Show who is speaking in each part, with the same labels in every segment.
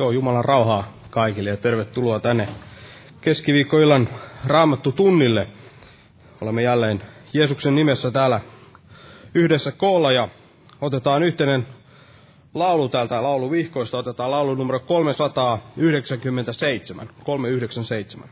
Speaker 1: Joo, Jumalan rauhaa kaikille ja tervetuloa tänne keskiviikkoillan Raamattu tunnille. Olemme jälleen Jeesuksen nimessä täällä yhdessä koolla ja otetaan yhteinen laulu täältä lauluvihkoista. Otetaan laulu numero 397. 397.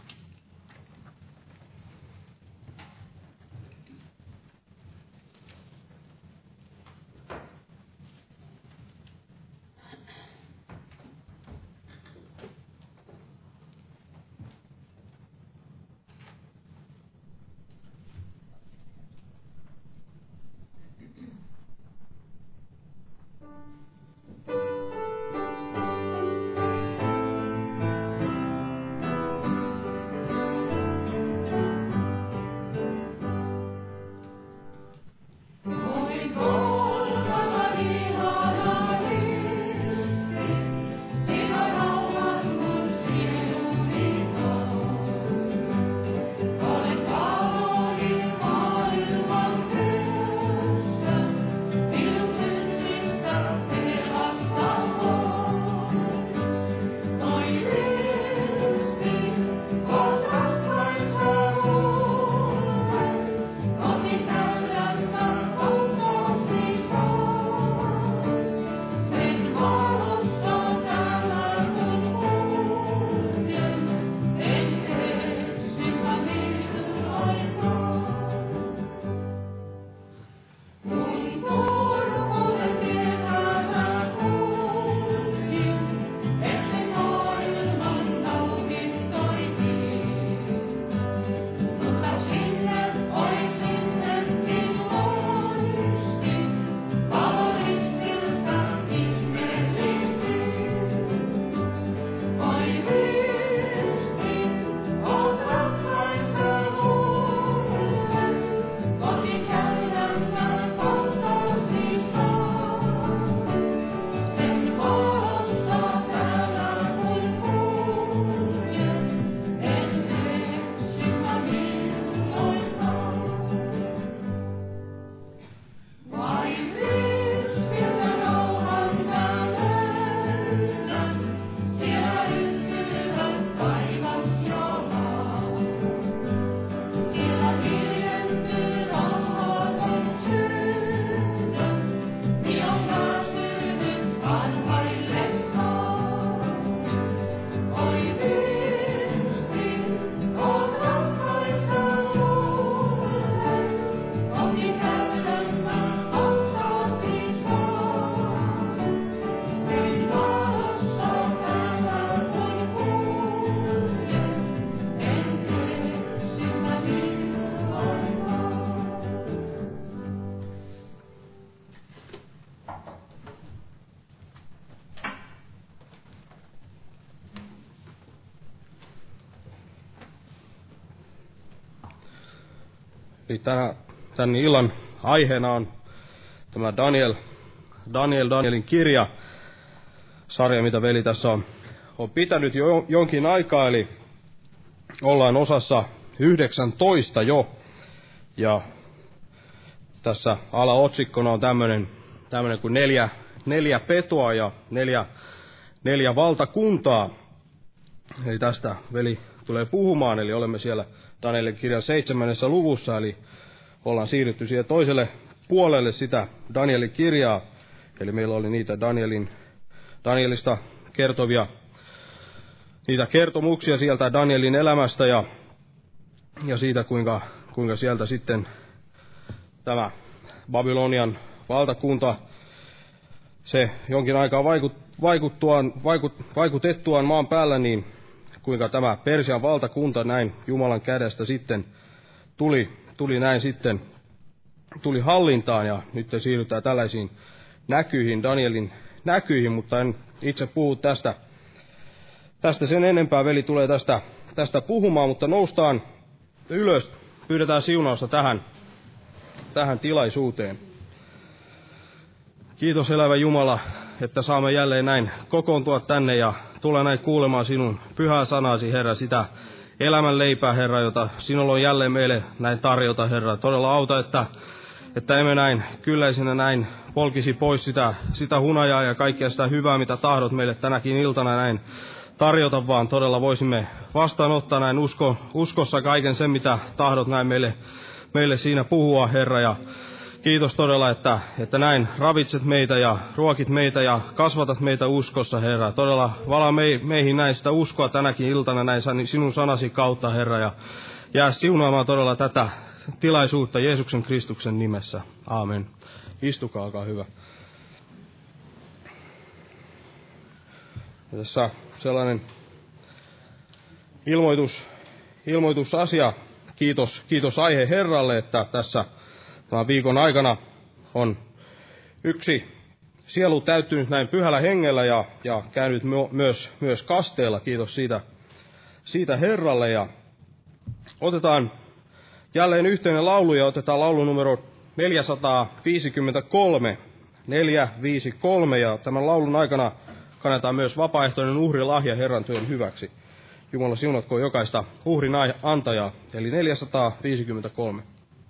Speaker 1: Eli tämän illan aiheena on tämä Danielin kirja, sarja, mitä veli tässä on pitänyt jo jonkin aikaa, eli ollaan osassa 19 jo, ja tässä alaotsikkona on tämmöinen kuin neljä petoa ja neljä valtakuntaa, eli tästä veli tulee puhumaan, eli olemme siellä Danielin kirjan 7. luvussa, eli ollaan siirrytty siihen toiselle puolelle sitä Danielin kirjaa, eli meillä oli niitä Danielista kertovia, niitä kertomuksia sieltä Danielin elämästä ja siitä, kuinka sieltä sitten tämä Babylonian valtakunta, se jonkin aikaa vaikutettuaan maan päällä, niin kuinka tämä Persian valtakunta näin Jumalan kädestä sitten tuli hallintaan, ja nyt siirrytään tällaisiin näkyihin, Danielin näkyihin, mutta en itse puhu tästä sen enempää, veli tulee tästä puhumaan, mutta noustaan ylös, pyydetään siunausta tähän tilaisuuteen. Kiitos elävä Jumala, että saamme jälleen näin kokoontua tänne ja tulla näin kuulemaan sinun pyhää sanasi, Herra, sitä elämän leipää, Herra, jota sinulla on jälleen meille näin tarjota, Herra. Todella auta, että että emme näin kylläisenä näin polkisi pois sitä hunajaa ja kaikkea sitä hyvää, mitä tahdot meille tänäkin iltana näin tarjota, vaan todella voisimme vastaanottaa näin uskossa kaiken sen, mitä tahdot näin meille siinä puhua, Herra. Ja kiitos todella, että näin ravitset meitä ja ruokit meitä ja kasvatat meitä uskossa, Herra. Todella vala meihin näin sitä uskoa tänäkin iltana näin sinun sanasi kautta, Herra. Ja jää siunaamaan todella tätä tilaisuutta Jeesuksen Kristuksen nimessä. Aamen. Istukaa, olkaa hyvä. Ja tässä sellainen ilmoitusasia. Kiitos aihe Herralle, että tässä tämän viikon aikana on yksi sielu täyttynyt näin pyhällä hengellä ja käynyt myös kasteella. Kiitos siitä Herralle. Ja otetaan jälleen yhteinen laulu ja otetaan laulu numero 453. 453 ja tämän laulun aikana kannetaan myös vapaaehtoinen uhrilahja Herran työn hyväksi. Jumala siunatkoon jokaista uhrin antajaa, eli 453.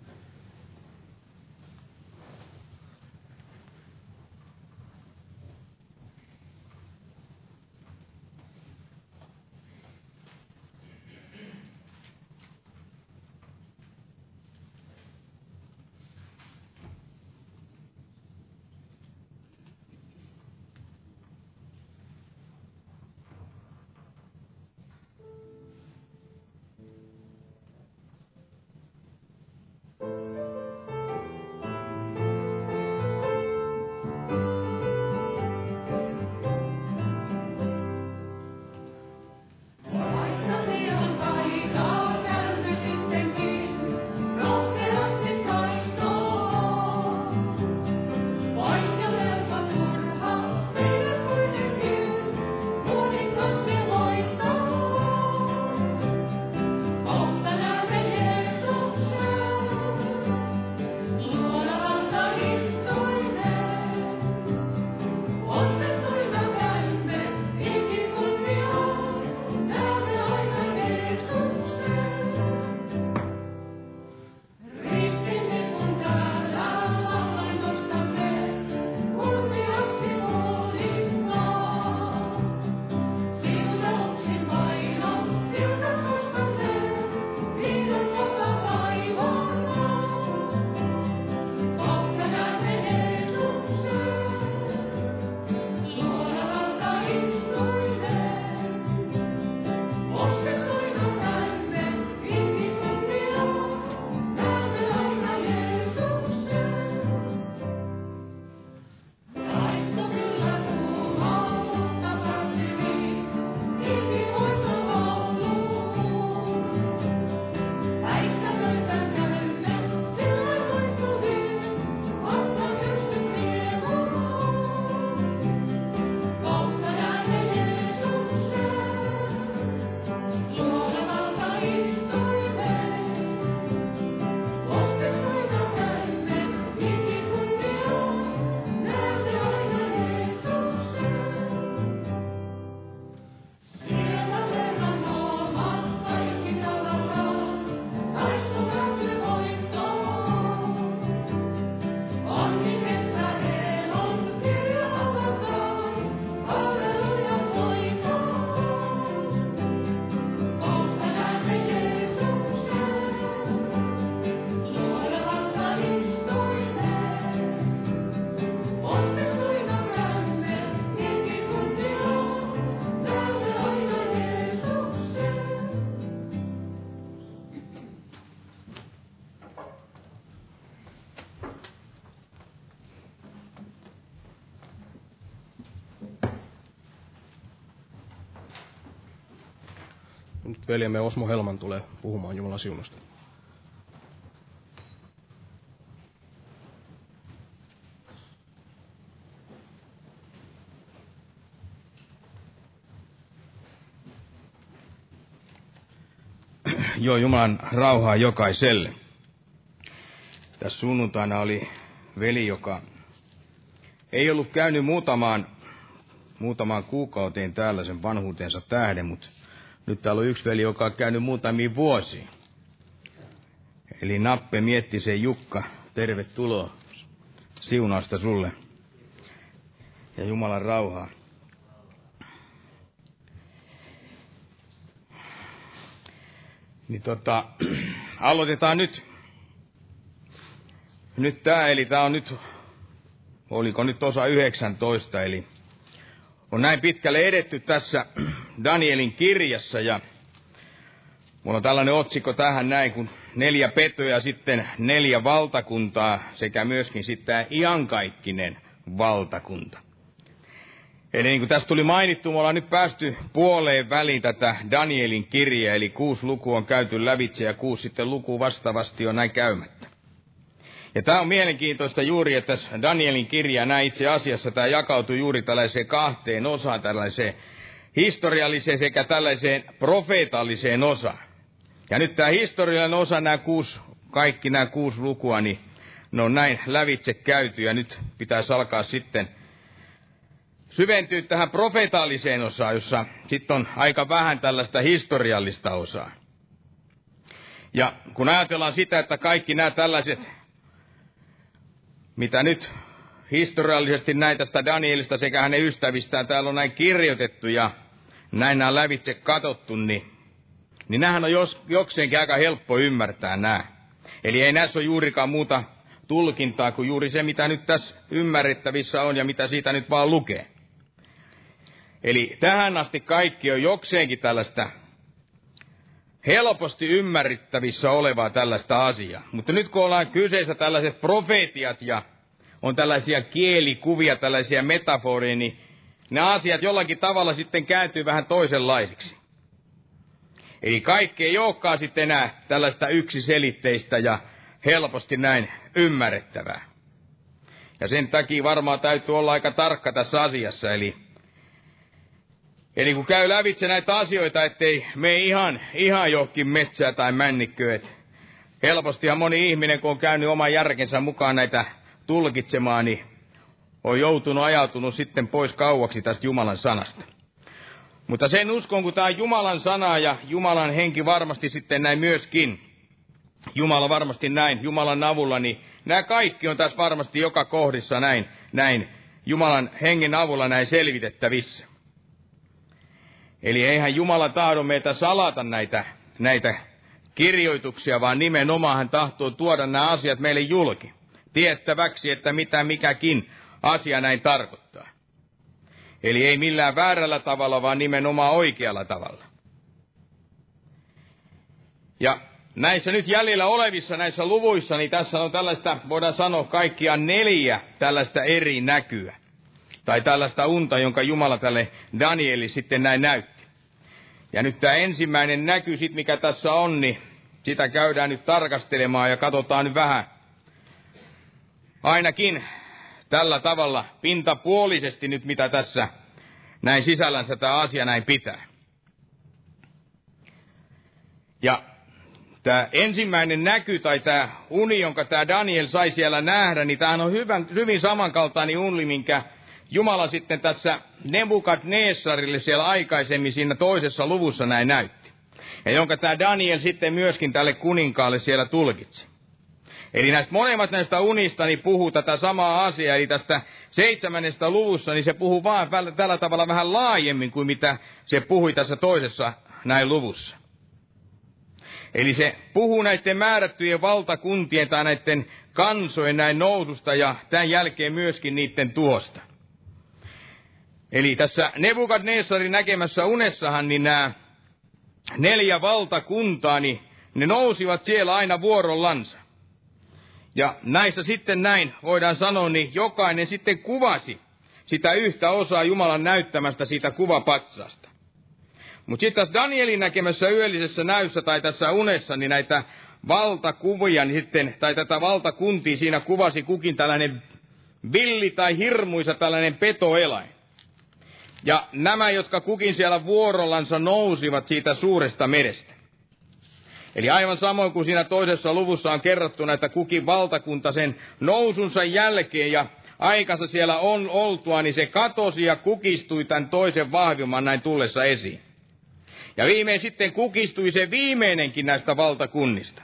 Speaker 1: Nyt veljemme Osmo Helman tulee puhumaan Jumalan siunosta.
Speaker 2: Joo, Jumalan rauhaa jokaiselle. Tässä sunnuntaina oli veli, joka ei ollut käynyt muutamaan kuukauteen täällä sen vanhuutensa tähden, mutta nyt täällä on yksi veli, joka on käynyt muutamia vuosia. Eli Nappe Miettisen Jukka Tervetuloa. Siunausta sulle. Ja Jumalan rauhaa. Niin aloitetaan nyt. Nyt tää on nyt, oliko nyt osa 19, eli on näin pitkälle edetty tässä Danielin kirjassa, ja mulla on tällainen otsikko tähän näin, kun 4 petoa ja sitten 4 valtakuntaa, sekä myöskin sitten iankaikkinen valtakunta. Eli niin kuin tässä tuli mainittu, me ollaan nyt päästy puoleen väliin tätä Danielin kirjaa, eli 6 lukua on käyty lävitse ja 6 sitten lukua vastaavasti on näin käymättä. Ja tämä on mielenkiintoista juuri, että tässä Danielin kirja näin itse asiassa tämä jakautuu juuri tällaiseen 2 osaan, tällaiseen historialliseen sekä tällaiseen profeetalliseen osaan. Ja nyt tämä historiallinen osa, kaikki nämä 6 lukua, niin ne on näin lävitse käyty, ja nyt pitäisi alkaa sitten syventyy tähän profetaaliseen osaan, jossa sitten on aika vähän tällaista historiallista osaa. Ja kun ajatellaan sitä, että kaikki nämä tällaiset, mitä nyt historiallisesti näin tästä Danielista sekä hänen ystävistään täällä on näin kirjoitettu ja näin nämä lävitse katsottu, niin nämähän on jokseenkin aika helppo ymmärtää nämä. Eli ei näissä ole juurikaan muuta tulkintaa kuin juuri se, mitä nyt tässä ymmärrettävissä on ja mitä siitä nyt vaan lukee. Eli tähän asti kaikki on jokseenkin tällaista helposti ymmärrettävissä olevaa tällaista asiaa. Mutta nyt kun ollaan kyseessä tällaiset profeetiat ja on tällaisia kielikuvia, tällaisia metaforeja, niin ne asiat jollakin tavalla sitten kääntyy vähän toisenlaisiksi. Eli kaikki ei olekaan sitten enää tällaista yksiselitteistä ja helposti näin ymmärrettävää. Ja sen takia varmaan täytyy olla aika tarkka tässä asiassa, Eli kun käy lävitse näitä asioita, ettei mene ihan johonkin metsää tai männikköön. Helpostihan moni ihminen, kun on käynyt oman järkensä mukaan näitä tulkitsemaan, niin on ajautunut sitten pois kauaksi tästä Jumalan sanasta. Mutta sen uskon, kun tämä on Jumalan sana ja Jumalan henki varmasti sitten näin myöskin, Jumala varmasti näin, Jumalan avulla, niin nämä kaikki on tässä varmasti joka kohdissa näin Jumalan hengen avulla näin selvitettävissä. Eli eihän Jumala tahdo meitä salata näitä kirjoituksia, vaan nimenomaan hän tahtoo tuoda nämä asiat meille julki, tiettäväksi, että mitä mikäkin asia näin tarkoittaa. Eli ei millään väärällä tavalla, vaan nimenomaan oikealla tavalla. Ja näissä nyt jäljellä olevissa näissä luvuissa, niin tässä on tällaista, voidaan sanoa kaikkiaan 4 tällaista eri näkyä. Tai tällaista unta, jonka Jumala tälle Danieli sitten näin näytti. Ja nyt tämä ensimmäinen näky, mikä tässä on, niin sitä käydään nyt tarkastelemaan ja katsotaan nyt vähän. Ainakin tällä tavalla pintapuolisesti nyt, mitä tässä näin sisällänsä tämä asia näin pitää. Ja tämä ensimmäinen näky tai tämä uni, jonka tämä Daniel sai siellä nähdä, niin tämähän on hyvin samankaltainen uni, minkä Jumala sitten tässä Nebukadnessarille siellä aikaisemmin siinä 2. luvussa näin näytti. Ja jonka tämä Daniel sitten myöskin tälle kuninkaalle siellä tulkitsi. Eli näistä molemmat näistä unista niin puhuu tätä samaa asiaa, eli tästä 7. luvussa, niin se puhuu vaan tällä tavalla vähän laajemmin kuin mitä se puhui tässä 2. näin luvussa. Eli se puhuu näiden määrättyjen valtakuntien tai näiden kansojen näin noususta ja tämän jälkeen myöskin niiden tuosta. Eli tässä Nebukadnessarin näkemässä unessahan niin nämä 4 valtakuntaa, niin ne nousivat siellä aina vuorollansa. Ja näistä sitten näin voidaan sanoa, niin jokainen sitten kuvasi sitä yhtä osaa Jumalan näyttämästä siitä kuvapatsasta. Mutta sitten tässä Danielin näkemässä yöllisessä näyssä tai tässä unessa, niin näitä valtakuvia, niin sitten, tai tätä valtakuntia siinä kuvasi kukin tällainen villi tai hirmuisa tällainen petoeläin. Ja nämä, jotka kukin siellä vuorollansa nousivat siitä suuresta merestä. Eli aivan samoin kuin siinä 2. luvussa on kerrottu näitä kukin valtakunta sen nousunsa jälkeen ja aikansa siellä on oltua, niin se katosi ja kukistui tämän toisen vahvimman näin tullessa esiin. Ja viimein sitten kukistui se viimeinenkin näistä valtakunnista.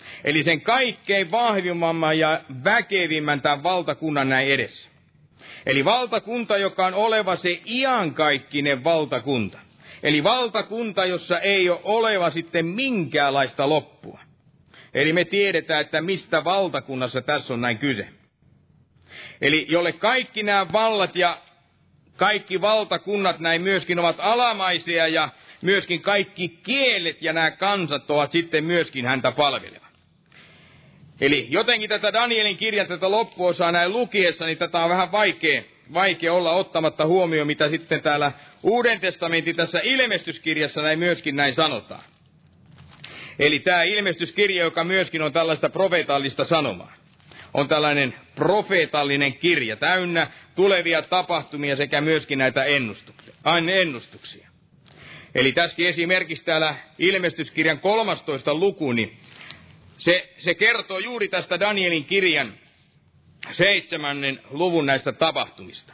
Speaker 2: Eli sen kaikkein vahvimman ja väkevimmän tämän valtakunnan näin edessä. Eli valtakunta, joka on oleva se iankaikkinen valtakunta. Eli valtakunta, jossa ei ole oleva sitten minkäänlaista loppua. Eli me tiedetään, että mistä valtakunnassa tässä on näin kyse. Eli jolle kaikki nämä vallat ja kaikki valtakunnat näin myöskin ovat alamaisia ja myöskin kaikki kielet ja nämä kansat ovat sitten myöskin häntä palveleva. Eli jotenkin tätä Danielin kirjan tätä loppuosaa näin lukiessa, niin tätä on vähän vaikea olla ottamatta huomioon, mitä sitten täällä Uuden testamentin tässä ilmestyskirjassa näin myöskin näin sanotaan. Eli tämä ilmestyskirja, joka myöskin on tällaista profeetallista sanomaa, on tällainen profeetallinen kirja, täynnä tulevia tapahtumia sekä myöskin näitä ennustuksia. Eli tässäkin esimerkiksi täällä ilmestyskirjan 13. luku, niin se kertoo juuri tästä Danielin kirjan 7. luvun näistä tapahtumista.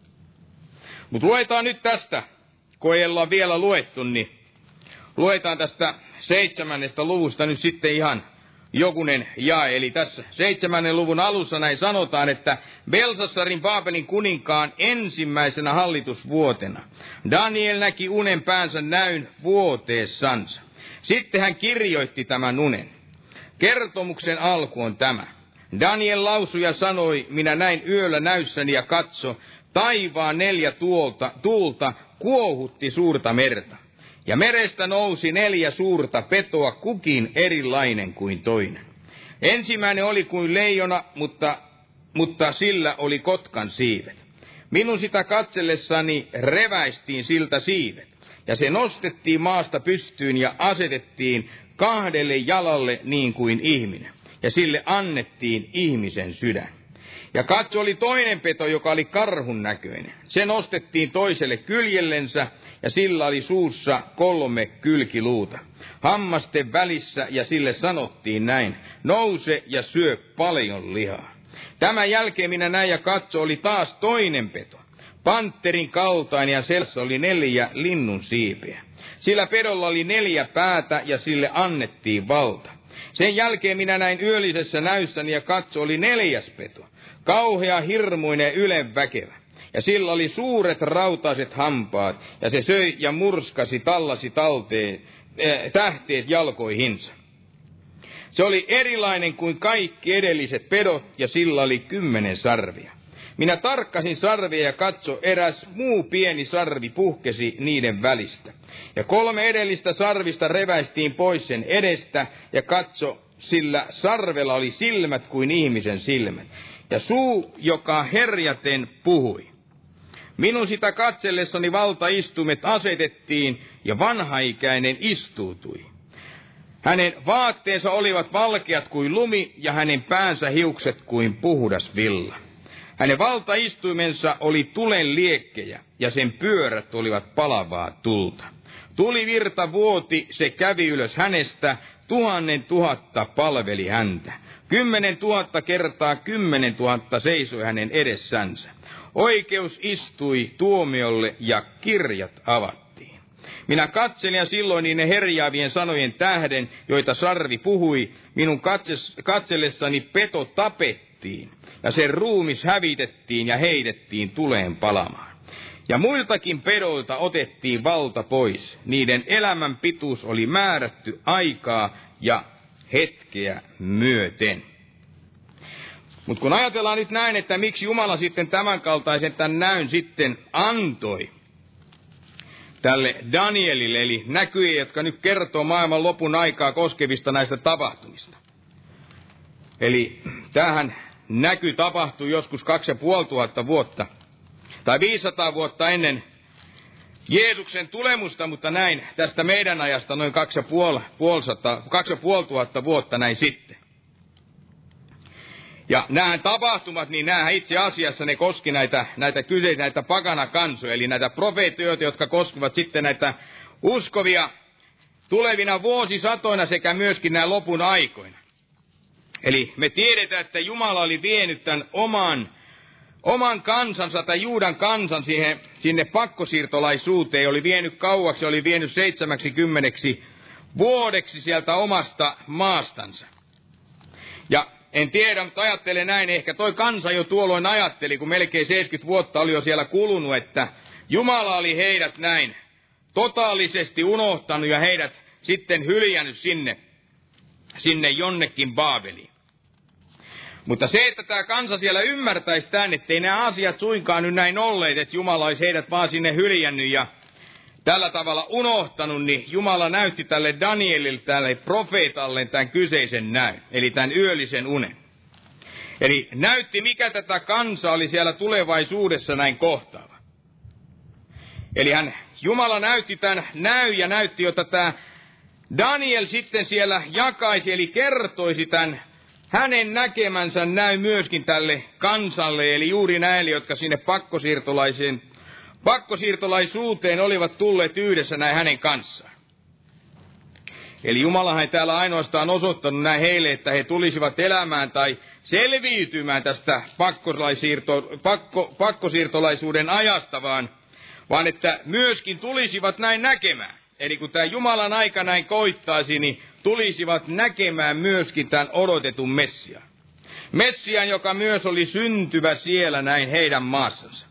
Speaker 2: Mutta luetaan nyt tästä, kun ei olla vielä luettu, niin luetaan tästä 7. luvusta nyt sitten ihan jokunen jae. Eli tässä 7. luvun alussa näin sanotaan, että Belsassarin Baabelin kuninkaan ensimmäisenä hallitusvuotena Daniel näki unen päänsä näyn vuoteessansa. Sitten hän kirjoitti tämän unen. Kertomuksen alku on tämä. Daniel lausui ja sanoi, minä näin yöllä näyssäni ja katso, taivaan 4 tuulta kuohutti suurta merta. Ja merestä nousi 4 suurta petoa, kukin erilainen kuin toinen. Ensimmäinen oli kuin leijona, mutta sillä oli kotkan siivet. Minun sitä katsellessani reväistiin siltä siivet, ja se nostettiin maasta pystyyn ja asetettiin 2 jalalle niin kuin ihminen, ja sille annettiin ihmisen sydän. Ja katso oli toinen peto, joka oli karhun näköinen. Se nostettiin toiselle kyljellensä, ja sillä oli suussa 3 kylkiluuta hammasten välissä, ja sille sanottiin näin, nouse ja syö paljon lihaa. Tämän jälkeen minä näin ja katso, oli taas toinen peto, panterin kaltainen, ja selässä oli 4 linnun siipiä. Sillä pedolla oli 4 päätä, ja sille annettiin valta. Sen jälkeen minä näin yöllisessä näyssäni ja katso, oli 4. peto, kauhea, hirmuinen ja ylenväkevä. Ja sillä oli suuret rautaiset hampaat, ja se söi ja tallasi tähteet jalkoihinsa. Se oli erilainen kuin kaikki edelliset pedot, ja sillä oli 10 sarvia. Minä tarkkasin sarvia ja katso, eräs muu pieni sarvi puhkesi niiden välistä. Ja 3 edellistä sarvista reväistiin pois sen edestä, ja katso, sillä sarvella oli silmät kuin ihmisen silmät, ja suu, joka herjaten puhui. Minun sitä katsellessani valtaistumet asetettiin, ja vanhaikäinen istuutui. Hänen vaatteensa olivat valkeat kuin lumi, ja hänen päänsä hiukset kuin puhdas villa. Hänen valtaistuimensa oli tulen liekkejä, ja sen pyörät olivat palavaa tulta. Tulivirta vuoti, se kävi ylös hänestä, 1000 000 palveli häntä. 10 000 kertaa 10 000 seisoi hänen edessänsä. Oikeus istui tuomiolle ja kirjat avattiin. Minä katselin ja silloin niiden herjaavien sanojen tähden, joita sarvi puhui, minun katsellessani peto tapettiin, ja sen ruumis hävitettiin ja heitettiin tuleen palamaan. Ja muiltakin pedoilta otettiin valta pois. Niiden elämän pituus oli määrätty aikaa ja hetkeä myöten. Mutta kun ajatellaan nyt näin, että miksi Jumala sitten tämän kaltaisen tämän näyn sitten antoi tälle Danielille, eli näkyjä, jotka nyt kertoo maailman lopun aikaa koskevista näistä tapahtumista. Eli tämähän näky tapahtui joskus 2500 vuotta, tai 500 vuotta ennen Jeesuksen tulemusta, mutta näin tästä meidän ajasta noin 2500 vuotta näin sitten. Ja nämä tapahtumat, niin nämä itse asiassa ne koski näitä kyseisiä, näitä pakanakansoja, eli näitä profeetioita, jotka koskivat sitten näitä uskovia tulevina vuosisatoina sekä myöskin nämä lopun aikoina. Eli me tiedetään, että Jumala oli vienyt tämän oman kansansa tai Juudan kansan sinne pakkosiirtolaisuuteen, oli vienyt kauaksi, oli vienyt 70 vuodeksi sieltä omasta maastansa. Ja en tiedä, mutta ajattelen näin, ehkä toi kansa jo tuolloin ajatteli, kun melkein 70 vuotta oli jo siellä kulunut, että Jumala oli heidät näin totaalisesti unohtanut ja heidät sitten hyljännyt sinne jonnekin Baabeliin. Mutta se, että tämä kansa siellä ymmärtäisi tämän, ettei nämä asiat suinkaan nyt näin olleet, että Jumala olisi heidät vaan sinne hyljännyt ja tällä tavalla unohtanut, niin Jumala näytti tälle Danielille, tälle profeetalle tämän kyseisen näyn, eli tämän yöllisen unen. Eli näytti, mikä tätä kansaa oli siellä tulevaisuudessa näin kohtaava. Eli Jumala näytti tämän näyn ja näytti, jota tämä Daniel sitten siellä jakaisi, eli kertoisi tämän hänen näkemänsä näy myöskin tälle kansalle, eli juuri näille, jotka sinne pakkosiirtolaisuuteen olivat tulleet yhdessä näin hänen kanssaan. Eli Jumalahan ei täällä ainoastaan osoittanut näin heille, että he tulisivat elämään tai selviytymään tästä pakkosiirtolaisuuden ajasta, vaan että myöskin tulisivat näin näkemään. Eli kun tämä Jumalan aika näin koittaisi, niin tulisivat näkemään myöskin tämän odotetun Messian. Messian, joka myös oli syntyvä siellä näin heidän maassansa.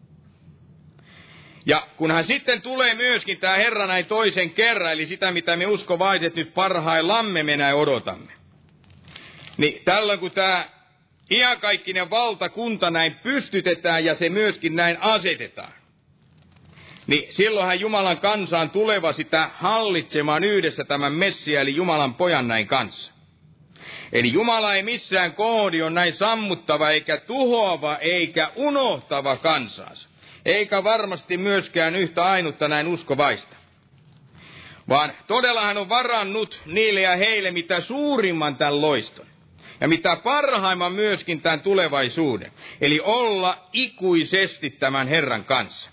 Speaker 2: Ja kun hän sitten tulee myöskin tämä Herra näin toisen kerran, eli sitä mitä me uskovaiset nyt parhaillamme me näin odotamme. Niin tällöin kun tämä iankaikkinen valtakunta näin pystytetään ja se myöskin näin asetetaan. Niin silloinhan Jumalan kansaan tuleva sitä hallitsemaan yhdessä tämän Messian, eli Jumalan pojan näin kanssa. Eli Jumala ei missään koodi ole näin sammuttava, eikä tuhoava, eikä unohtava kansansa. Eikä varmasti myöskään yhtä ainutta näin uskovaista. Vaan todella hän on varannut niille ja heille mitä suurimman tämän loiston. Ja mitä parhaimman myöskin tämän tulevaisuuden. Eli olla ikuisesti tämän Herran kanssa.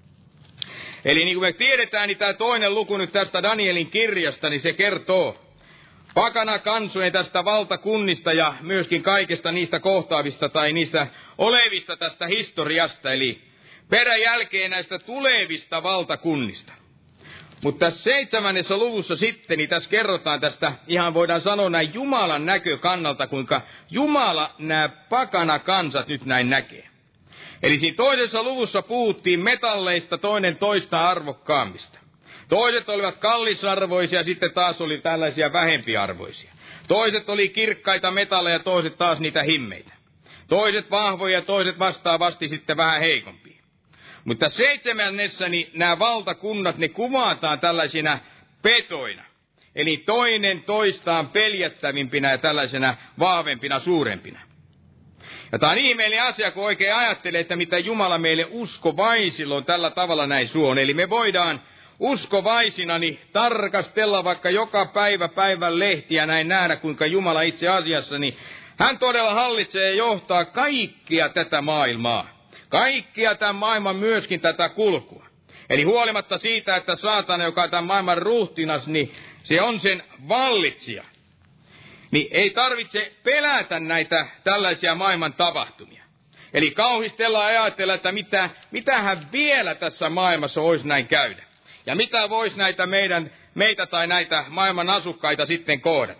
Speaker 2: Eli niin kuin me tiedetään, niin tämä toinen luku nyt tästä Danielin kirjasta, niin se kertoo pakana kansojen tästä valtakunnista ja myöskin kaikesta niistä kohtaavista tai niistä olevista tästä historiasta, eli peräjälkeen näistä tulevista valtakunnista. Mutta tässä 7. luvussa sitten, niin tässä kerrotaan tästä, ihan voidaan sanoa näin Jumalan näkökannalta, kuinka Jumala nämä pakana kansat nyt näin näkee. Eli siinä 2. luvussa puhuttiin metalleista toinen toista arvokkaammista. Toiset olivat kallisarvoisia, sitten taas oli tällaisia vähempiarvoisia. Toiset oli kirkkaita metalleja, toiset taas niitä himmeitä. Toiset vahvoja, toiset vastaavasti sitten vähän heikompia. Mutta 7. niin nämä valtakunnat, ne kuvataan tällaisina petoina. Eli toinen toistaan peljättävimpinä ja tällaisena vahvempina, suurempina. Ja tämä on ihmeellinen asia, kun oikein ajattelee, että mitä Jumala meille uskovaisilla on tällä tavalla näin suon. Eli me voidaan uskovaisina niin tarkastella vaikka joka päivän lehtiä näin nähdä, kuinka Jumala itse asiassa, niin hän todella hallitsee ja johtaa kaikkia tätä maailmaa. Kaikkia tämän maailman myöskin tätä kulkua. Eli huolimatta siitä, että saatana, joka on tämän maailman ruhtinas, niin se on sen vallitsija. Niin ei tarvitse pelätä näitä tällaisia maailman tapahtumia. Eli kauhistella ja ajatella, että mitähän vielä tässä maailmassa olisi näin käydä. Ja mitä voisi näitä meitä tai näitä maailman asukkaita sitten kohdata.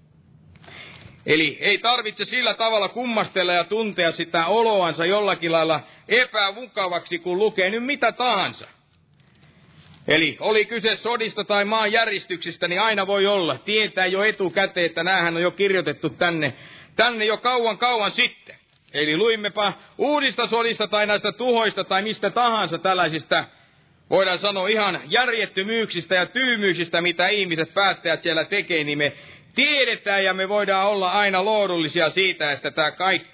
Speaker 2: Eli ei tarvitse sillä tavalla kummastella ja tuntea sitä oloansa jollakin lailla epämukavaksi, kun lukee nyt mitä tahansa. Eli oli kyse sodista tai maanjäristyksistä, niin aina voi olla. Tietää jo etukäteen, että näähän on jo kirjoitettu tänne jo kauan sitten. Eli luimmepa uudista sodista tai näistä tuhoista tai mistä tahansa tällaisista, voidaan sanoa ihan järjettömyyksistä ja tyymyyksistä, mitä ihmiset päättäjät siellä tekee, niin me tiedetään ja me voidaan olla aina lohdullisia siitä, että tämä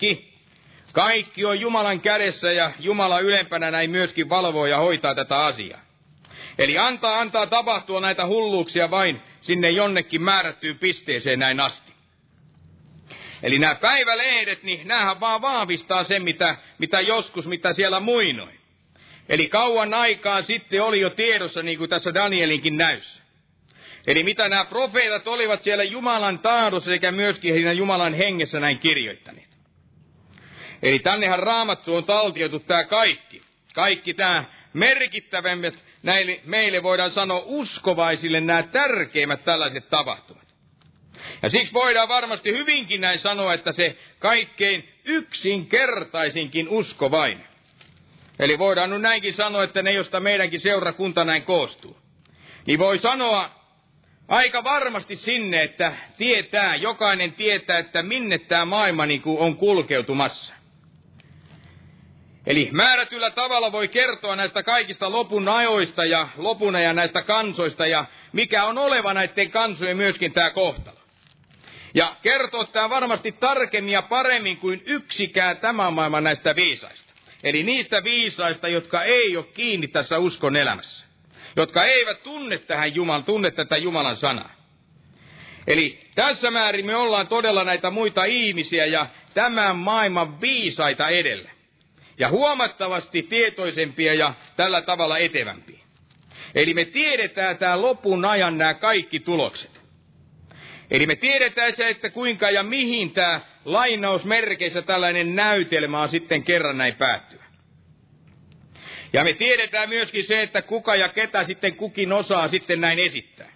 Speaker 2: kaikki on Jumalan kädessä ja Jumala ylempänä näin myöskin valvoo ja hoitaa tätä asiaa. Eli antaa tapahtua näitä hulluuksia vain sinne jonnekin määrättyyn pisteeseen näin asti. Eli nämä päivälehdet, niin näähän vaan vahvistaa sen, mitä joskus, mitä siellä muinoin. Eli kauan aikaa sitten oli jo tiedossa, niin kuin tässä Danielinkin näyssä. Eli mitä nämä profeetat olivat siellä Jumalan tahdossa sekä myöskin siinä Jumalan hengessä näin kirjoittaneet. Eli tännehän Raamattu on taltioitu tämä kaikki. Kaikki tämä merkittävämmät, meille voidaan sanoa uskovaisille nämä tärkeimmät tällaiset tapahtumat. Ja siksi voidaan varmasti hyvinkin näin sanoa, että se kaikkein yksinkertaisinkin usko vain. Eli voidaan nyt näinkin sanoa, että ne, josta meidänkin seurakunta näin koostuu, niin voi sanoa aika varmasti sinne, että jokainen tietää, että minne tämä maailma niin kuin on kulkeutumassa. Eli määrätyllä tavalla voi kertoa näistä kaikista lopun ajoista ja lopun ajan näistä kansoista ja mikä on oleva näiden kansojen myöskin tämä kohtalo. Ja kertoo tämä varmasti tarkemmin ja paremmin kuin yksikään tämän maailman näistä viisaista. Eli niistä viisaista, jotka ei ole kiinni tässä uskon elämässä. Jotka eivät tunne tätä Jumalan sanaa. Eli tässä määrin me ollaan todella näitä muita ihmisiä ja tämän maailman viisaita edellä. Ja huomattavasti tietoisempia ja tällä tavalla etevämpiä. Eli me tiedetään tämä lopun ajan nämä kaikki tulokset. Eli me tiedetään se, että kuinka ja mihin tämä lainausmerkeissä tällainen näytelmä on sitten kerran näin päättyvä. Ja me tiedetään myöskin se, että kuka ja ketä sitten kukin osaa sitten näin esittää.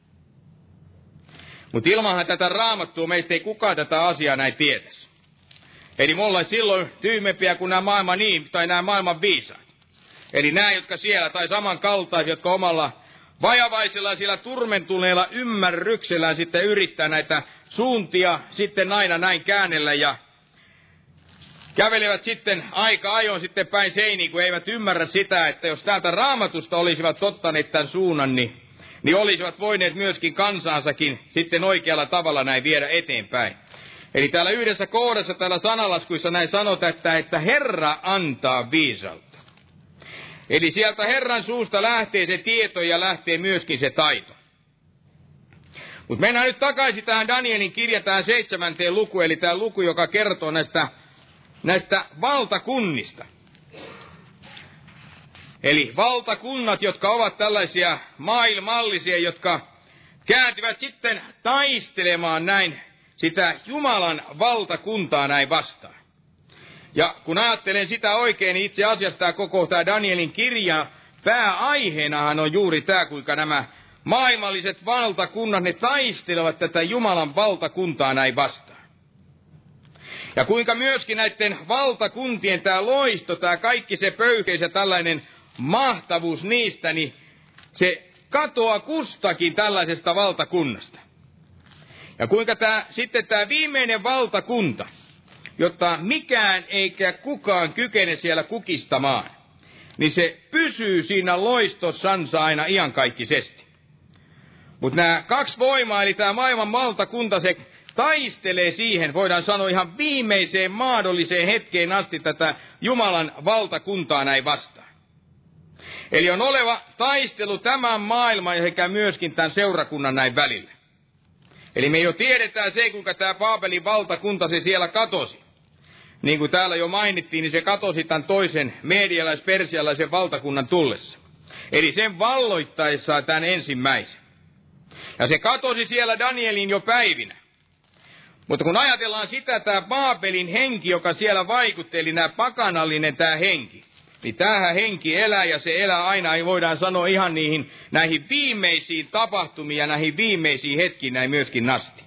Speaker 2: Mutta ilmanhan tätä Raamattua meistä ei kukaan tätä asiaa näin tietäisi. Eli me ollaan silloin tyymempiä kuin nämä maailman viisaat. Eli nämä, jotka siellä, tai samankaltaisia, jotka omalla vajavaisella sillä turmentuneella ymmärryksellään sitten yrittää näitä suuntia sitten aina näin käännellä ja kävelevät sitten aika ajoin sitten päin seiniin, kun eivät ymmärrä sitä, että jos täältä Raamatusta olisivat ottaneet tämän suunnan, niin olisivat voineet myöskin kansansakin sitten oikealla tavalla näin viedä eteenpäin. Eli täällä yhdessä kohdassa täällä sanalaskuissa näin sanotaan, että Herra antaa viisautta. Eli sieltä Herran suusta lähtee se tieto ja lähtee myöskin se taito. Mutta mennään nyt takaisin tähän Danielin kirja, tähän 7. luku, eli tämä luku, joka kertoo näistä valtakunnista. Eli valtakunnat, jotka ovat tällaisia maailmallisia, jotka kääntyvät sitten taistelemaan näin sitä Jumalan valtakuntaa näin vastaan. Ja kun ajattelen sitä oikein, niin itse asiassa tämä koko tämä Danielin kirja, pääaiheenahan on juuri tämä, kuinka nämä maailmalliset valtakunnat, ne taistelevat tätä Jumalan valtakuntaa näin vastaan. Ja kuinka myöskin näiden valtakuntien tämä loisto, tämä kaikki se pöykeys ja tällainen mahtavuus niistä, niin se katoaa kustakin tällaisesta valtakunnasta. Ja kuinka sitten tämä viimeinen valtakunta, jotta mikään eikä kukaan kykene siellä kukistamaan, niin se pysyy siinä loistossansa aina iankaikkisesti. Mutta nämä kaksi voimaa, eli tämä maailman valtakunta, se taistelee siihen, voidaan sanoa ihan viimeiseen mahdolliseen hetkeen asti tätä Jumalan valtakuntaa näin vastaan. Eli on oleva taistelu tämän maailman ja myöskin tämän seurakunnan näin välillä. Eli me jo tiedetään se, kuinka tämä Baabelin valtakunta se siellä katosi. Niin kuin täällä jo mainittiin, niin se katosi tämän toisen meedialais-persialaisen valtakunnan tullessa. Eli sen valloittaessaan tämän ensimmäisen. Ja se katosi siellä Danielin jo päivinä. Mutta kun ajatellaan sitä, tämä Baabelin henki, joka siellä vaikutti, eli nämä pakanallinen tämä henki, niin tämähän henki elää ja se elää aina, ei voidaan sanoa ihan näihin viimeisiin tapahtumiin ja näihin viimeisiin hetkiin näin myöskin asti.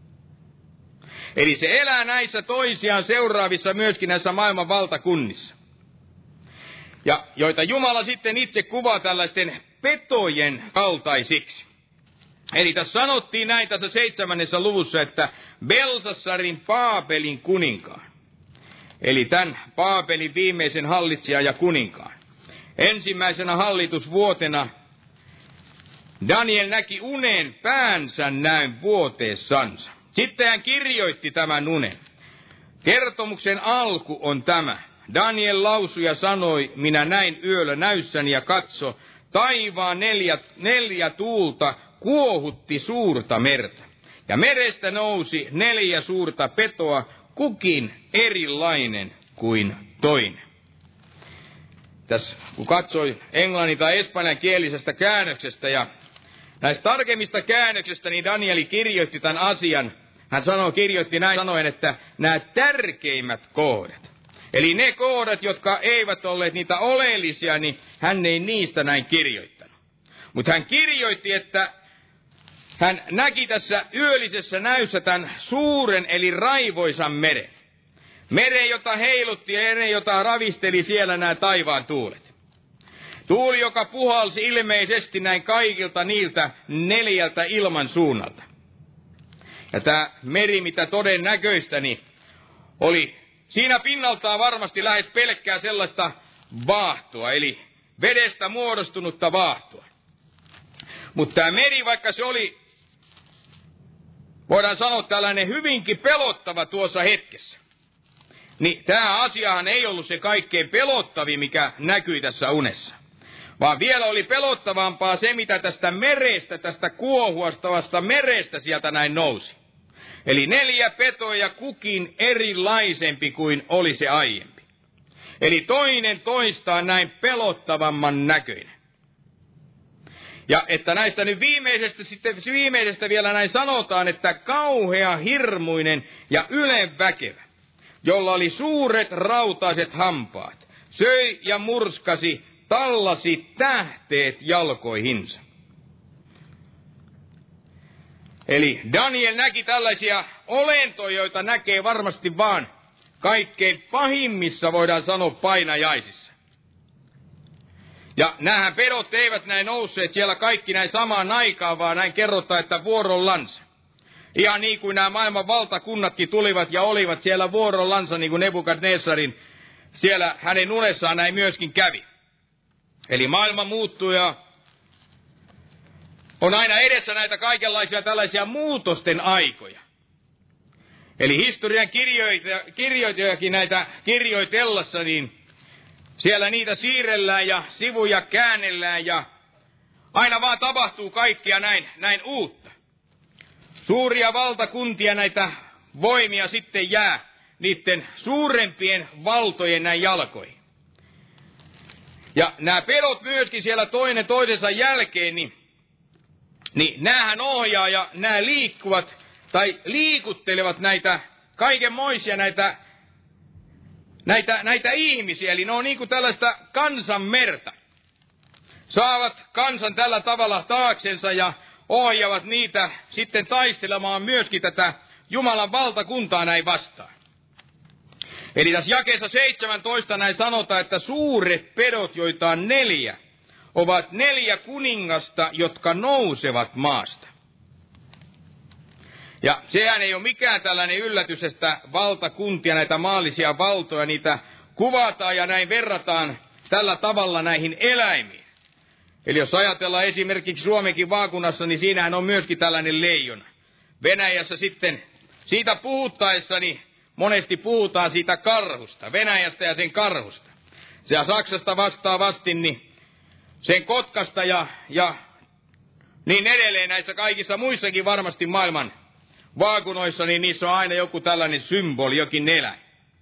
Speaker 2: Eli se elää näissä toisiaan seuraavissa myöskin näissä maailman valtakunnissa. Ja joita Jumala sitten itse kuvaa tällaisten petojen kaltaisiksi. Eli tässä sanottiin näin tässä 7. luvussa, että Belsassarin Baabelin kuninkaan. Eli tämän Baabelin viimeisen hallitsijan ja kuninkaan. Ensimmäisenä hallitusvuotena Daniel näki unen päänsä näin vuoteessansa. Sitten hän kirjoitti tämän unen. Kertomuksen alku on tämä. Daniel lausui ja sanoi, minä näin yöllä näyssäni ja katso, taivaan neljä tuulta kuohutti suurta merta. Ja merestä nousi 4 suurta petoa, kukin erilainen kuin toinen. Tässä kun katsoi englannin tai espanjan kielisestä käännöksestä ja näistä tarkemmista käännöksistä, niin Danieli kirjoitti tämän asian. Hän kirjoitti näin sanoen, että nämä tärkeimmät kohdat. Eli ne kohdat, jotka eivät olleet niitä oleellisia, niin hän ei niistä näin kirjoittanut. Mutta hän kirjoitti, että hän näki tässä yöllisessä näyssä tämän suuren eli raivoisan meren. Meren, jota heilutti ja meren, jota ravisteli siellä nämä taivaan tuulet. Tuuli, joka puhalsi ilmeisesti näin kaikilta niiltä 4 ilman suunnalta. Ja tämä meri, mitä todennäköistä, niin oli siinä pinnaltaan varmasti lähes pelkkää sellaista vaahtoa, eli vedestä muodostunutta vaahtoa. Mutta tämä meri, vaikka se oli, voidaan sanoa, tällainen hyvinkin pelottava tuossa hetkessä, niin tämä asiahan ei ollut se kaikkein pelottavin, mikä näkyi tässä unessa. Vaan vielä oli pelottavampaa se, mitä tästä merestä, tästä kuohuastavasta merestä sieltä näin nousi. Eli 4 petoja kukin erilaisempi kuin oli se aiempi. Eli toinen toistaan näin pelottavamman näköinen. Ja että näistä nyt viimeisestä vielä näin sanotaan, että kauhea, hirmuinen ja ylenväkevä, jolla oli suuret rautaiset hampaat, söi ja murskasi, tallasi tähteet jalkoihinsa. Eli Daniel näki tällaisia olentoja, joita näkee varmasti vaan kaikkein pahimmissa, voidaan sanoa, painajaisissa. Ja nämähän pedot eivät näin nousseet siellä kaikki näin samaan aikaan, vaan näin kerrotaan, että vuorollansa. Ihan niin kuin nämä maailman valtakunnatkin tulivat ja olivat siellä vuorollansa, niin kuin Nebukadnessarin siellä hänen unessaan näin myöskin kävi. Eli maailma muuttuu ja on aina edessä näitä kaikenlaisia tällaisia muutosten aikoja. Eli historian kirjoitajakin näitä kirjoitellessa, niin siellä niitä siirrellään ja sivuja käännellään ja aina vaan tapahtuu kaikkia näin uutta. Suuria valtakuntia, näitä voimia sitten jää niiden suurempien valtojen näin jalkoihin. Ja nämä pedot myöskin siellä toinen toisensa jälkeen, niin näähän ohjaa ja nämä liikkuvat tai liikuttelevat näitä kaikenmoisia näitä ihmisiä. Eli ne on niin kuin tällaista kansanmerta. Saavat kansan tällä tavalla taaksensa ja ohjaavat niitä sitten taistelemaan myöskin tätä Jumalan valtakuntaa näin vastaan. Eli tässä jakeessa 17 näin sanotaan, että suuret pedot, joita on 4, ovat 4 kuningasta, jotka nousevat maasta. Ja sehän ei ole mikään tällainen yllätys, että valtakuntia, näitä maallisia valtoja, niitä kuvataan ja näin verrataan tällä tavalla näihin eläimiin. Eli jos ajatellaan esimerkiksi Suomenkin vaakunnassa, niin siinähän on myöskin tällainen leijona. Venäjässä sitten siitä puhuttaessa, niin monesti puhutaan siitä karhusta, Venäjästä ja sen karhusta. Se Saksasta vastaavasti, niin sen kotkasta ja niin edelleen näissä kaikissa muissakin varmasti maailman vaakunoissa, niin niissä on aina joku tällainen symboli, jokin eläin.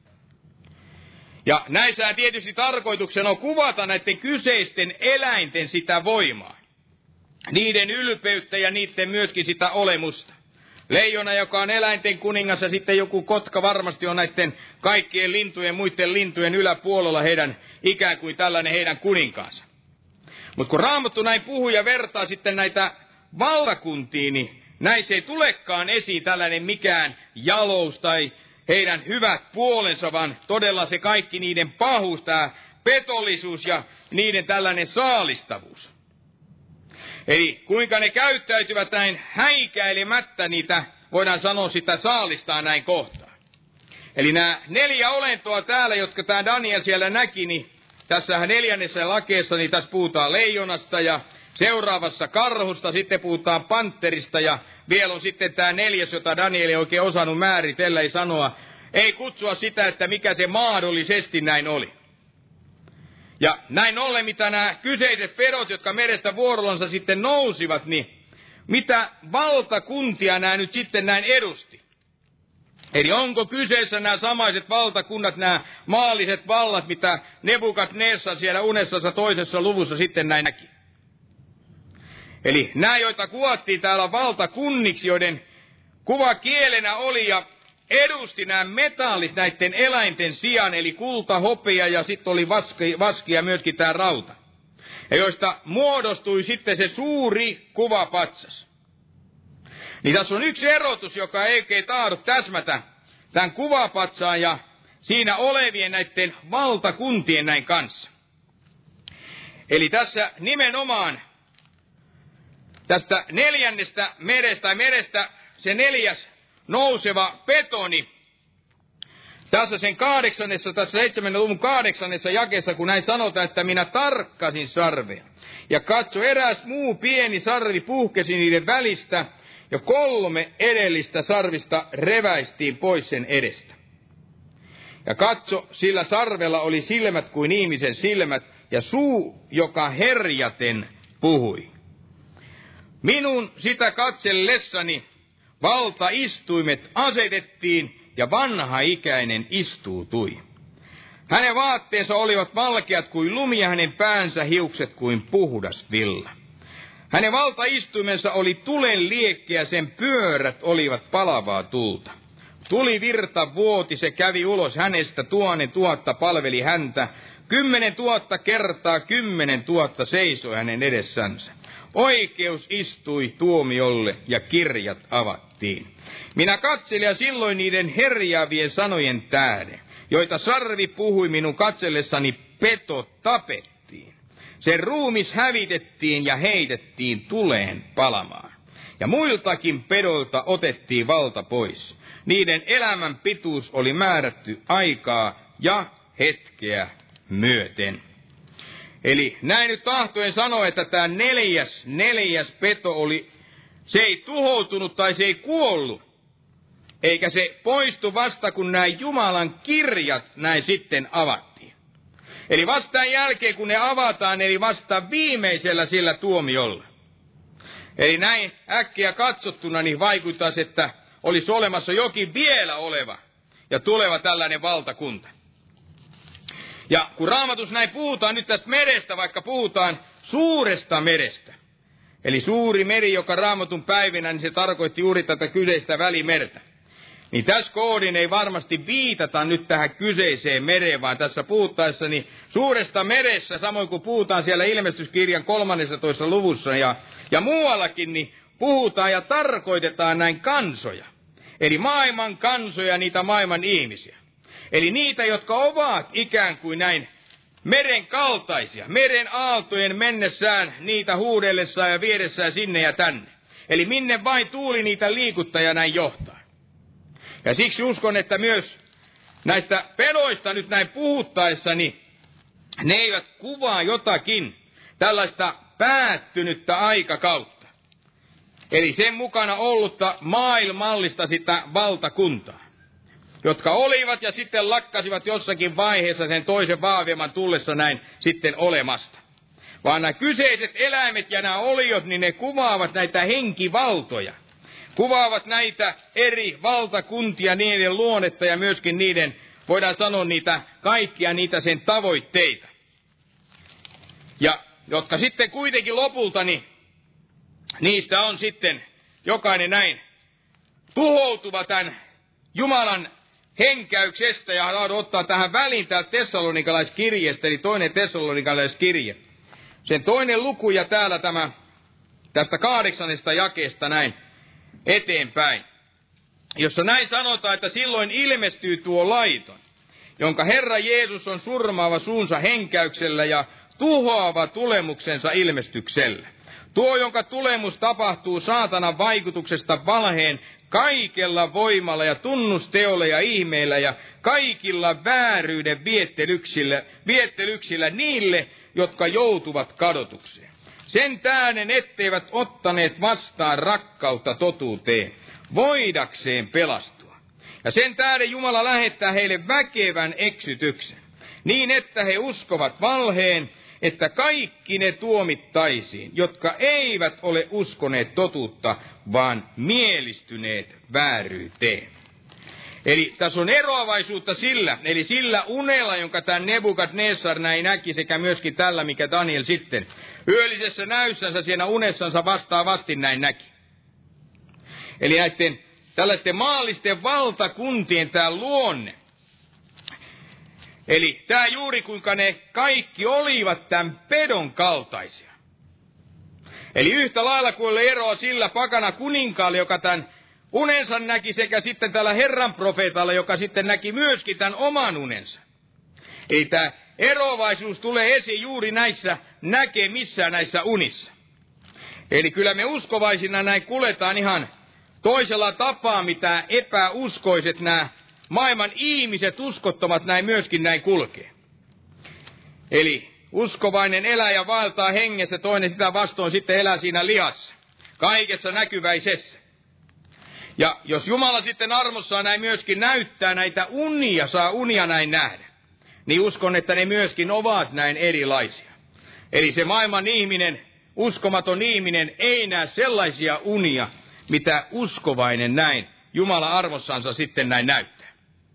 Speaker 2: Ja näissähän tietysti tarkoituksena on kuvata näiden kyseisten eläinten sitä voimaa. Niiden ylpeyttä ja niiden myöskin sitä olemusta. Leijona, joka on eläinten kuningas, ja sitten joku kotka varmasti on näiden kaikkien lintujen, muiden lintujen yläpuolella heidän ikään kuin tällainen heidän kuninkaansa. Mutta kun Raamattu näin puhuu ja vertaa sitten näitä valtakuntiin, niin näissä ei tulekaan esiin tällainen mikään jalous tai heidän hyvät puolensa, vaan todella se kaikki niiden pahuus, tämä petollisuus ja niiden tällainen saalistavuus. Eli kuinka ne käyttäytyvät näin häikäilemättä niitä, voidaan sanoa sitä saalistaa näin kohtaan. Eli nämä 4 olentoa täällä, jotka tämä Daniel siellä näki, niin tässä 4. lakeessa, niin tässä puhutaan leijonasta ja seuraavassa karhusta, sitten puhutaan panterista ja vielä on sitten tämä 4, jota Daniel ei oikein osannut määritellä, ei sanoa, ei kutsua sitä, että mikä se mahdollisesti näin oli. Ja näin ollen, mitä nämä kyseiset pedot, jotka merestä vuorollansa sitten nousivat, niin mitä valtakuntia nämä nyt sitten näin edusti? Eli onko kyseessä nämä samaiset valtakunnat, nämä maalliset vallat, mitä Nebukadnessar siellä unessassa 2. luvussa sitten näin näki? Eli nämä, joita kuvattiin täällä valtakunniksi, joiden kuvakielenä oli ja edusti nämä metallit näiden eläinten sijaan, eli kulta, hopea ja sitten oli vaski ja myöskin tämä rauta. Ja joista muodostui sitten se suuri kuvapatsas. Niin tässä on yksi erotus, joka ei oikein tahdo täsmätä tämän kuvapatsaan ja siinä olevien näiden valtakuntien näin kanssa. Eli tässä nimenomaan tästä neljännestä merestä se 4. nouseva petoni, tässä sen 7. luvun 8. jakeessa, kun näin sanotaan, että minä tarkkasin sarvea. Ja katso, eräs muu pieni sarvi puhkesi niiden välistä, ja 3 edellistä sarvista reväistiin pois sen edestä. Ja katso, sillä sarvella oli silmät kuin ihmisen silmät, ja suu, joka herjaten puhui. Minun sitä katsellessani valtaistuimet asetettiin, ja vanhaikäinen istuutui. Hänen vaatteensa olivat valkeat kuin lumi, ja hänen päänsä hiukset kuin puhdas villa. Hänen valtaistuimensa oli tulen liekkiä, sen pyörät olivat palavaa tulta. Tulivirta vuoti, se kävi ulos hänestä, 1000 000 palveli häntä, 10 000 kertaa 10 000 seisoi hänen edessänsä. Oikeus istui tuomiolle ja kirjat avattiin. Minä katselin ja silloin niiden herjaavien sanojen tähden, joita sarvi puhui minun katsellessani, peto tapettiin. Sen ruumis hävitettiin ja heitettiin tuleen palamaan. Ja muiltakin pedolta otettiin valta pois. Niiden elämän pituus oli määrätty aikaa ja hetkeä myöten. Eli näin nyt tahtoen sanoa, että tämä neljäs peto se ei tuhoutunut tai se ei kuollut. Eikä se poistu vasta, kun nämä Jumalan kirjat näin sitten avattiin. Eli vasta tämän jälkeen, kun ne avataan, eli vasta viimeisellä sillä tuomiolla. Eli näin äkkiä katsottuna niin vaikuttaisi, että olisi olemassa jokin vielä oleva ja tuleva tällainen valtakunta. Ja kun Raamatussa näin puhutaan nyt tästä merestä, vaikka puhutaan suuresta merestä, eli suuri meri, joka Raamatun päivinä, niin se tarkoitti juuri tätä kyseistä välimerta. Niin tässä kohdin ei varmasti viitata nyt tähän kyseiseen mereen, vaan tässä puhuttaessa niin suuresta meressä, samoin kuin puhutaan siellä Ilmestyskirjan 13. luvussa ja muuallakin, niin puhutaan ja tarkoitetaan näin kansoja. Eli maailman kansoja, niitä maailman ihmisiä. Eli niitä, jotka ovat ikään kuin näin meren kaltaisia, meren aaltojen mennessään, niitä huudellessaan ja viedessään sinne ja tänne. Eli minne vain tuuli niitä liikuttaa ja näin johtaa. Ja siksi uskon, että myös näistä pedoista nyt näin puhuttaessa, niin ne eivät kuvaa jotakin tällaista päättynyttä aikakautta. Eli sen mukana ollutta maailmallista sitä valtakuntaa, jotka olivat ja sitten lakkasivat jossakin vaiheessa sen toisen vahvemman tullessa näin sitten olemasta. Vaan nämä kyseiset eläimet ja nämä oliot, niin ne kuvaavat näitä henkivaltoja. Kuvaavat näitä eri valtakuntia, niiden luonnetta ja myöskin niiden, voidaan sanoa niitä kaikkia niitä sen tavoitteita. Ja jotka sitten kuitenkin lopulta, niin niistä on sitten jokainen näin tuhoutuva tämän Jumalan henkäyksestä. Ja haluan ottaa tähän väliin täältä Tessalonikalaiskirjeestä, eli 2. Tessalonikalaiskirje. Sen 2. luku ja täällä tästä 8. jakeesta näin eteenpäin, jossa näin sanotaan, että silloin ilmestyy tuo laiton, jonka Herra Jeesus on surmaava suunsa henkäyksellä ja tuhoava tulemuksensa ilmestyksellä. Tuo, jonka tulemus tapahtuu saatanan vaikutuksesta valheen kaikella voimalla ja tunnusteolla ja ihmeillä ja kaikilla vääryyden viettelyksillä niille, jotka joutuvat kadotukseen. Sen tähden etteivät ottaneet vastaan rakkautta totuuteen, voidakseen pelastua. Ja sen tähden Jumala lähettää heille väkevän eksytyksen, niin että he uskovat valheen, että kaikki ne tuomittaisiin, jotka eivät ole uskoneet totuutta, vaan mielistyneet vääryyteen. Eli tässä on eroavaisuutta sillä unella, jonka tämä Nebukadnessar näin näki, sekä myöskin tällä, mikä Daniel sitten yöllisessä näyssänsä siinä unessansa vastaavasti näin näki. Eli näiden tällaisten maallisten valtakuntien tämä luonne. Eli tämä juuri kuinka ne kaikki olivat tämän pedon kaltaisia. Eli yhtä lailla kuin oli eroa sillä pakana kuninkaalle, joka tämän unensa näki, sekä sitten tällä Herran profeetalla, joka sitten näki myöskin tämän oman unensa. Eli tämä eroavaisuus tulee esiin juuri näissä näkemissä, näissä unissa. Eli kyllä me uskovaisina näin kuljetaan ihan toisella tapaa, mitä epäuskoiset nämä maailman ihmiset, uskottomat näin myöskin näin kulkee. Eli uskovainen elää ja vaeltaa hengessä, toinen sitä vastoin sitten elää siinä lihassa, kaikessa näkyväisessä. Ja jos Jumala sitten armossaan näin myöskin näyttää näitä unia, saa unia näin nähdä, niin uskon, että ne myöskin ovat näin erilaisia. Eli se maailman ihminen, uskomaton ihminen, ei näe sellaisia unia, mitä uskovainen näin Jumala armossansa sitten näin näyttää.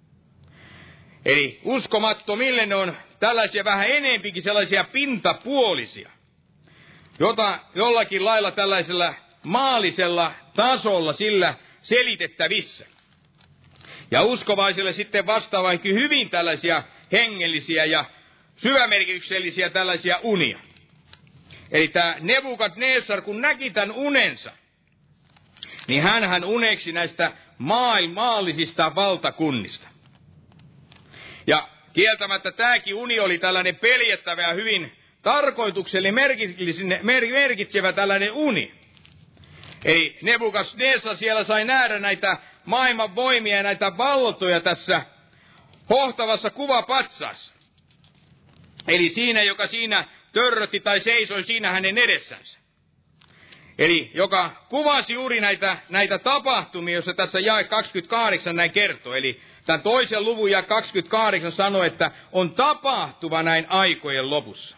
Speaker 2: Eli uskomattomille ne on tällaisia vähän enempikin sellaisia pintapuolisia, jota jollakin lailla tällaisella maallisella tasolla sillä selitettävissä. Ja uskovaisille sitten vastaavankin hyvin tällaisia hengellisiä ja syvämerkityksellisiä tällaisia unia. Eli tämä Nebukadnessar, kun näki tämän unensa, niin hän uneksi näistä maallisista valtakunnista. Ja kieltämättä tämäkin uni oli tällainen peljettävä ja hyvin tarkoituksellinen merkitsevä tällainen uni. Eli Nebukadnessar siellä sai nähdä näitä maailman voimia ja näitä valtoja tässä hohtavassa kuvapatsaassa. Eli siinä, joka siinä törrötti tai seisoi siinä hänen edessänsä. Eli joka kuvasi juuri näitä tapahtumia, joissa tässä jae 28 näin kertoo. Eli tämän toisen luvun jae 28 sanoi, että on tapahtuva näin aikojen lopussa.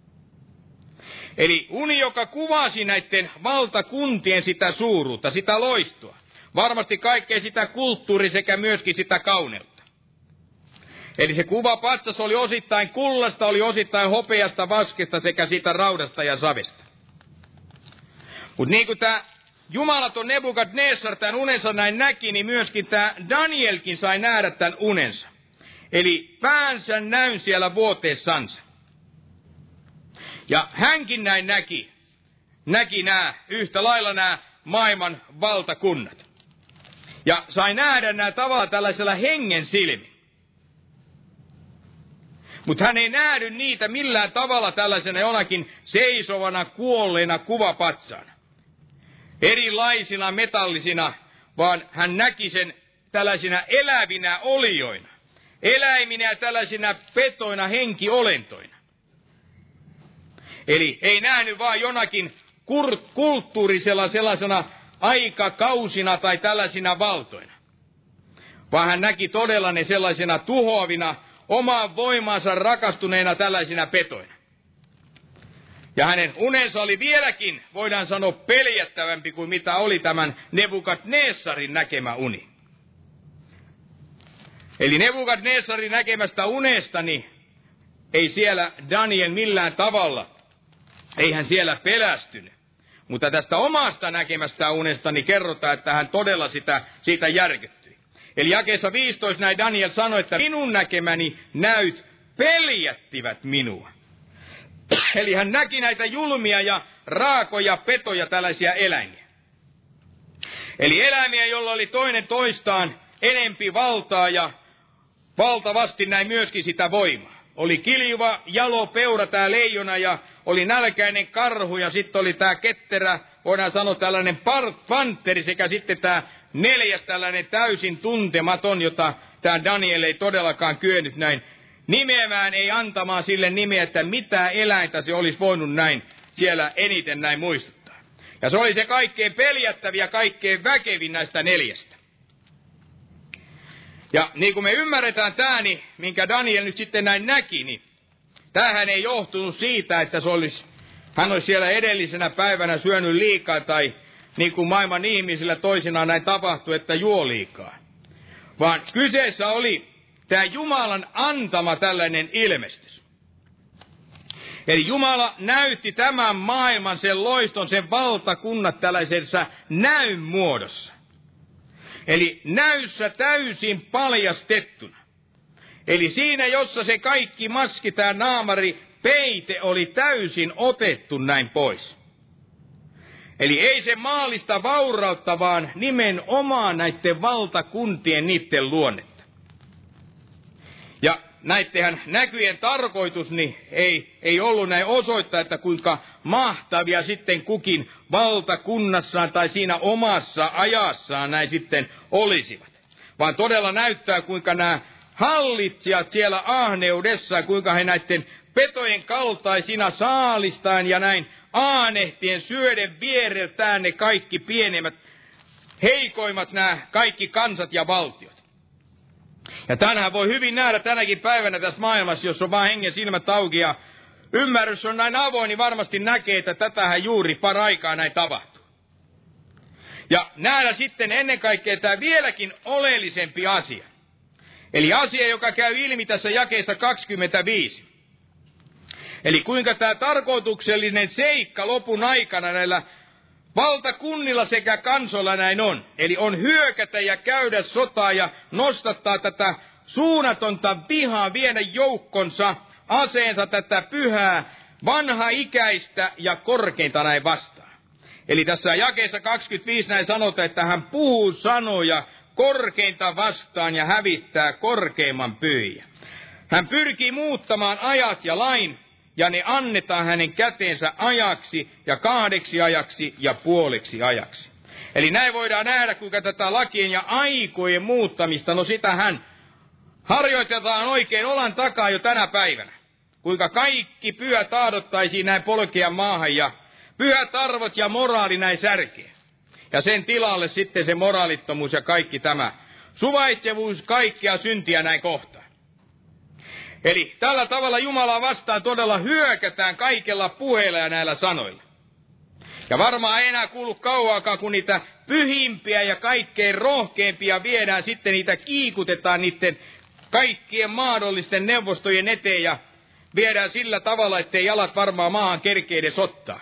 Speaker 2: Eli uni, joka kuvasi näiden valtakuntien sitä suuruutta, sitä loistoa. Varmasti kaikkea sitä kulttuuri sekä myöskin sitä kauneutta. Eli se kuvapatsas oli osittain kullasta, oli osittain hopeasta, vaskesta sekä sitä raudasta ja savesta. Mutta niin kuin tämä jumalaton Nebukadnessar tämän unensa näin näki, niin myöskin tämä Danielkin sai nähdä tämän unensa. Eli päänsä näyn siellä vuoteessansa. Ja hänkin näin näki nämä, yhtä lailla nämä maailman valtakunnat. Ja sai nähdä nämä tavallaan tällaisella hengen silmin. Mutta hän ei nähdy niitä millään tavalla tällaisena jonakin seisovana, kuolleena kuvapatsaana. Erilaisina metallisina, vaan hän näki sen tällaisina elävinä olioina. Eläiminä ja tällaisina petoina, henkiolentoina. Eli ei nähnyt vaan jonakin kulttuurisella sellaisena aikakausina tai tällaisina valtoina. Vaan hän näki todella ne sellaisina tuhoavina, omaan voimaansa rakastuneina tällaisina petoina. Ja hänen unensa oli vieläkin, voidaan sanoa, peljättävämpi kuin mitä oli tämän Nebukadnessarin näkemä uni. Eli Nebukadnessarin näkemästä unesta, niin ei siellä Daniel millään tavalla, ei hän siellä pelästynyt. Mutta tästä omasta näkemästä unesta niin kerrotaan, että hän todella siitä järkyttyi. Eli jakeessa 15 näin Daniel sanoi, että minun näkemäni näyt peljättivät minua. Eli hän näki näitä julmia ja raakoja petoja, tällaisia eläimiä. Eli eläimiä, joilla oli toinen toistaan enempi valtaa ja valtavasti näin myöskin sitä voimaa. Oli kiljuva, jalo peura, tämä leijona, ja oli nälkäinen karhu, ja sitten oli tämä ketterä, voidaan sanoa tällainen panteri, sekä sitten tämä neljäs tällainen täysin tuntematon, jota tämä Daniel ei todellakaan kyennyt näin nimeämään, ei antamaan sille nimeä, että mitä eläintä se olisi voinut näin siellä eniten näin muistuttaa. Ja se oli se kaikkein peljättäviä ja kaikkein väkevin näistä neljästä. Ja niin kuin me ymmärretään tämä, niin minkä Daniel nyt sitten näin näki, niin tämähän ei johtunut siitä, että hän olisi siellä edellisenä päivänä syönyt liikaa, tai niin kuin maailman ihmisillä toisinaan näin tapahtui, että juo liikaa. Vaan kyseessä oli tämä Jumalan antama tällainen ilmestys. Eli Jumala näytti tämän maailman, sen loiston, sen valtakunnat tällaisessa näyn muodossa. Eli näyssä täysin paljastettuna. Eli siinä, jossa se kaikki maski, tämä naamari, peite oli täysin otettu näin pois. Eli ei se maallista vaurautta, vaan nimenomaan näiden valtakuntien niiden luonnetta. Ja näittehän näkyjen tarkoitus niin ei ollut näin osoittaa, että kuinka mahtavia sitten kukin valtakunnassaan tai siinä omassa ajassaan näin sitten olisivat. Vaan todella näyttää, kuinka nämä hallitsijat siellä ahneudessa, kuinka he näiden petojen kaltaisina saalistaan ja näin aanehtien syöden viereltään ne kaikki pienemmät, heikoimmat nämä kaikki kansat ja valtiot. Ja tänään voi hyvin nähdä tänäkin päivänä tässä maailmassa, jos on vaan hengen silmät auki ja ymmärrys on näin avoin, niin varmasti näkee, että tätähän juuri paraikaa näin tapahtuu. Ja nähdä sitten ennen kaikkea tämä vieläkin oleellisempi asia. Eli asia, joka käy ilmi tässä jakeessa 25. Eli kuinka tämä tarkoituksellinen seikka lopun aikana näillä valtakunnilla sekä kansoilla näin on. Eli on hyökätä ja käydä sotaa ja nostattaa tätä suunnatonta vihaa, viedä joukkonsa, aseensa tätä pyhää, vanhaikäistä ja korkeinta näin vastaan. Eli tässä jakeessa 25 näin sanotaan, että hän puhuu sanoja korkeinta vastaan ja hävittää korkeimman pyhiä. Hän pyrkii muuttamaan ajat ja lain, ja ne annetaan hänen käteensä ajaksi ja 2 ajaksi ja puoleksi ajaksi. Eli näin voidaan nähdä, kuinka tätä lakien ja aikojen muuttamista, no sitähän harjoitetaan oikein olan takaa jo tänä päivänä. Kuinka kaikki pyhät tahdottaisiin näin polkea maahan ja pyhät arvot ja moraali näin särkeä. Ja sen tilalle sitten se moraalittomuus ja kaikki tämä suvaitsevuus kaikkea syntiä näin kohtaan. Eli tällä tavalla Jumalaa vastaan todella hyökätään kaikella puheilla ja näillä sanoilla. Ja varmaan ei enää kuulu kauaakaan, kun niitä pyhimpiä ja kaikkein rohkeimpia viedään, sitten niitä kiikutetaan niiden kaikkien mahdollisten neuvostojen eteen ja viedään sillä tavalla, ettei jalat varmaan maahan kerkeä edes ottaa.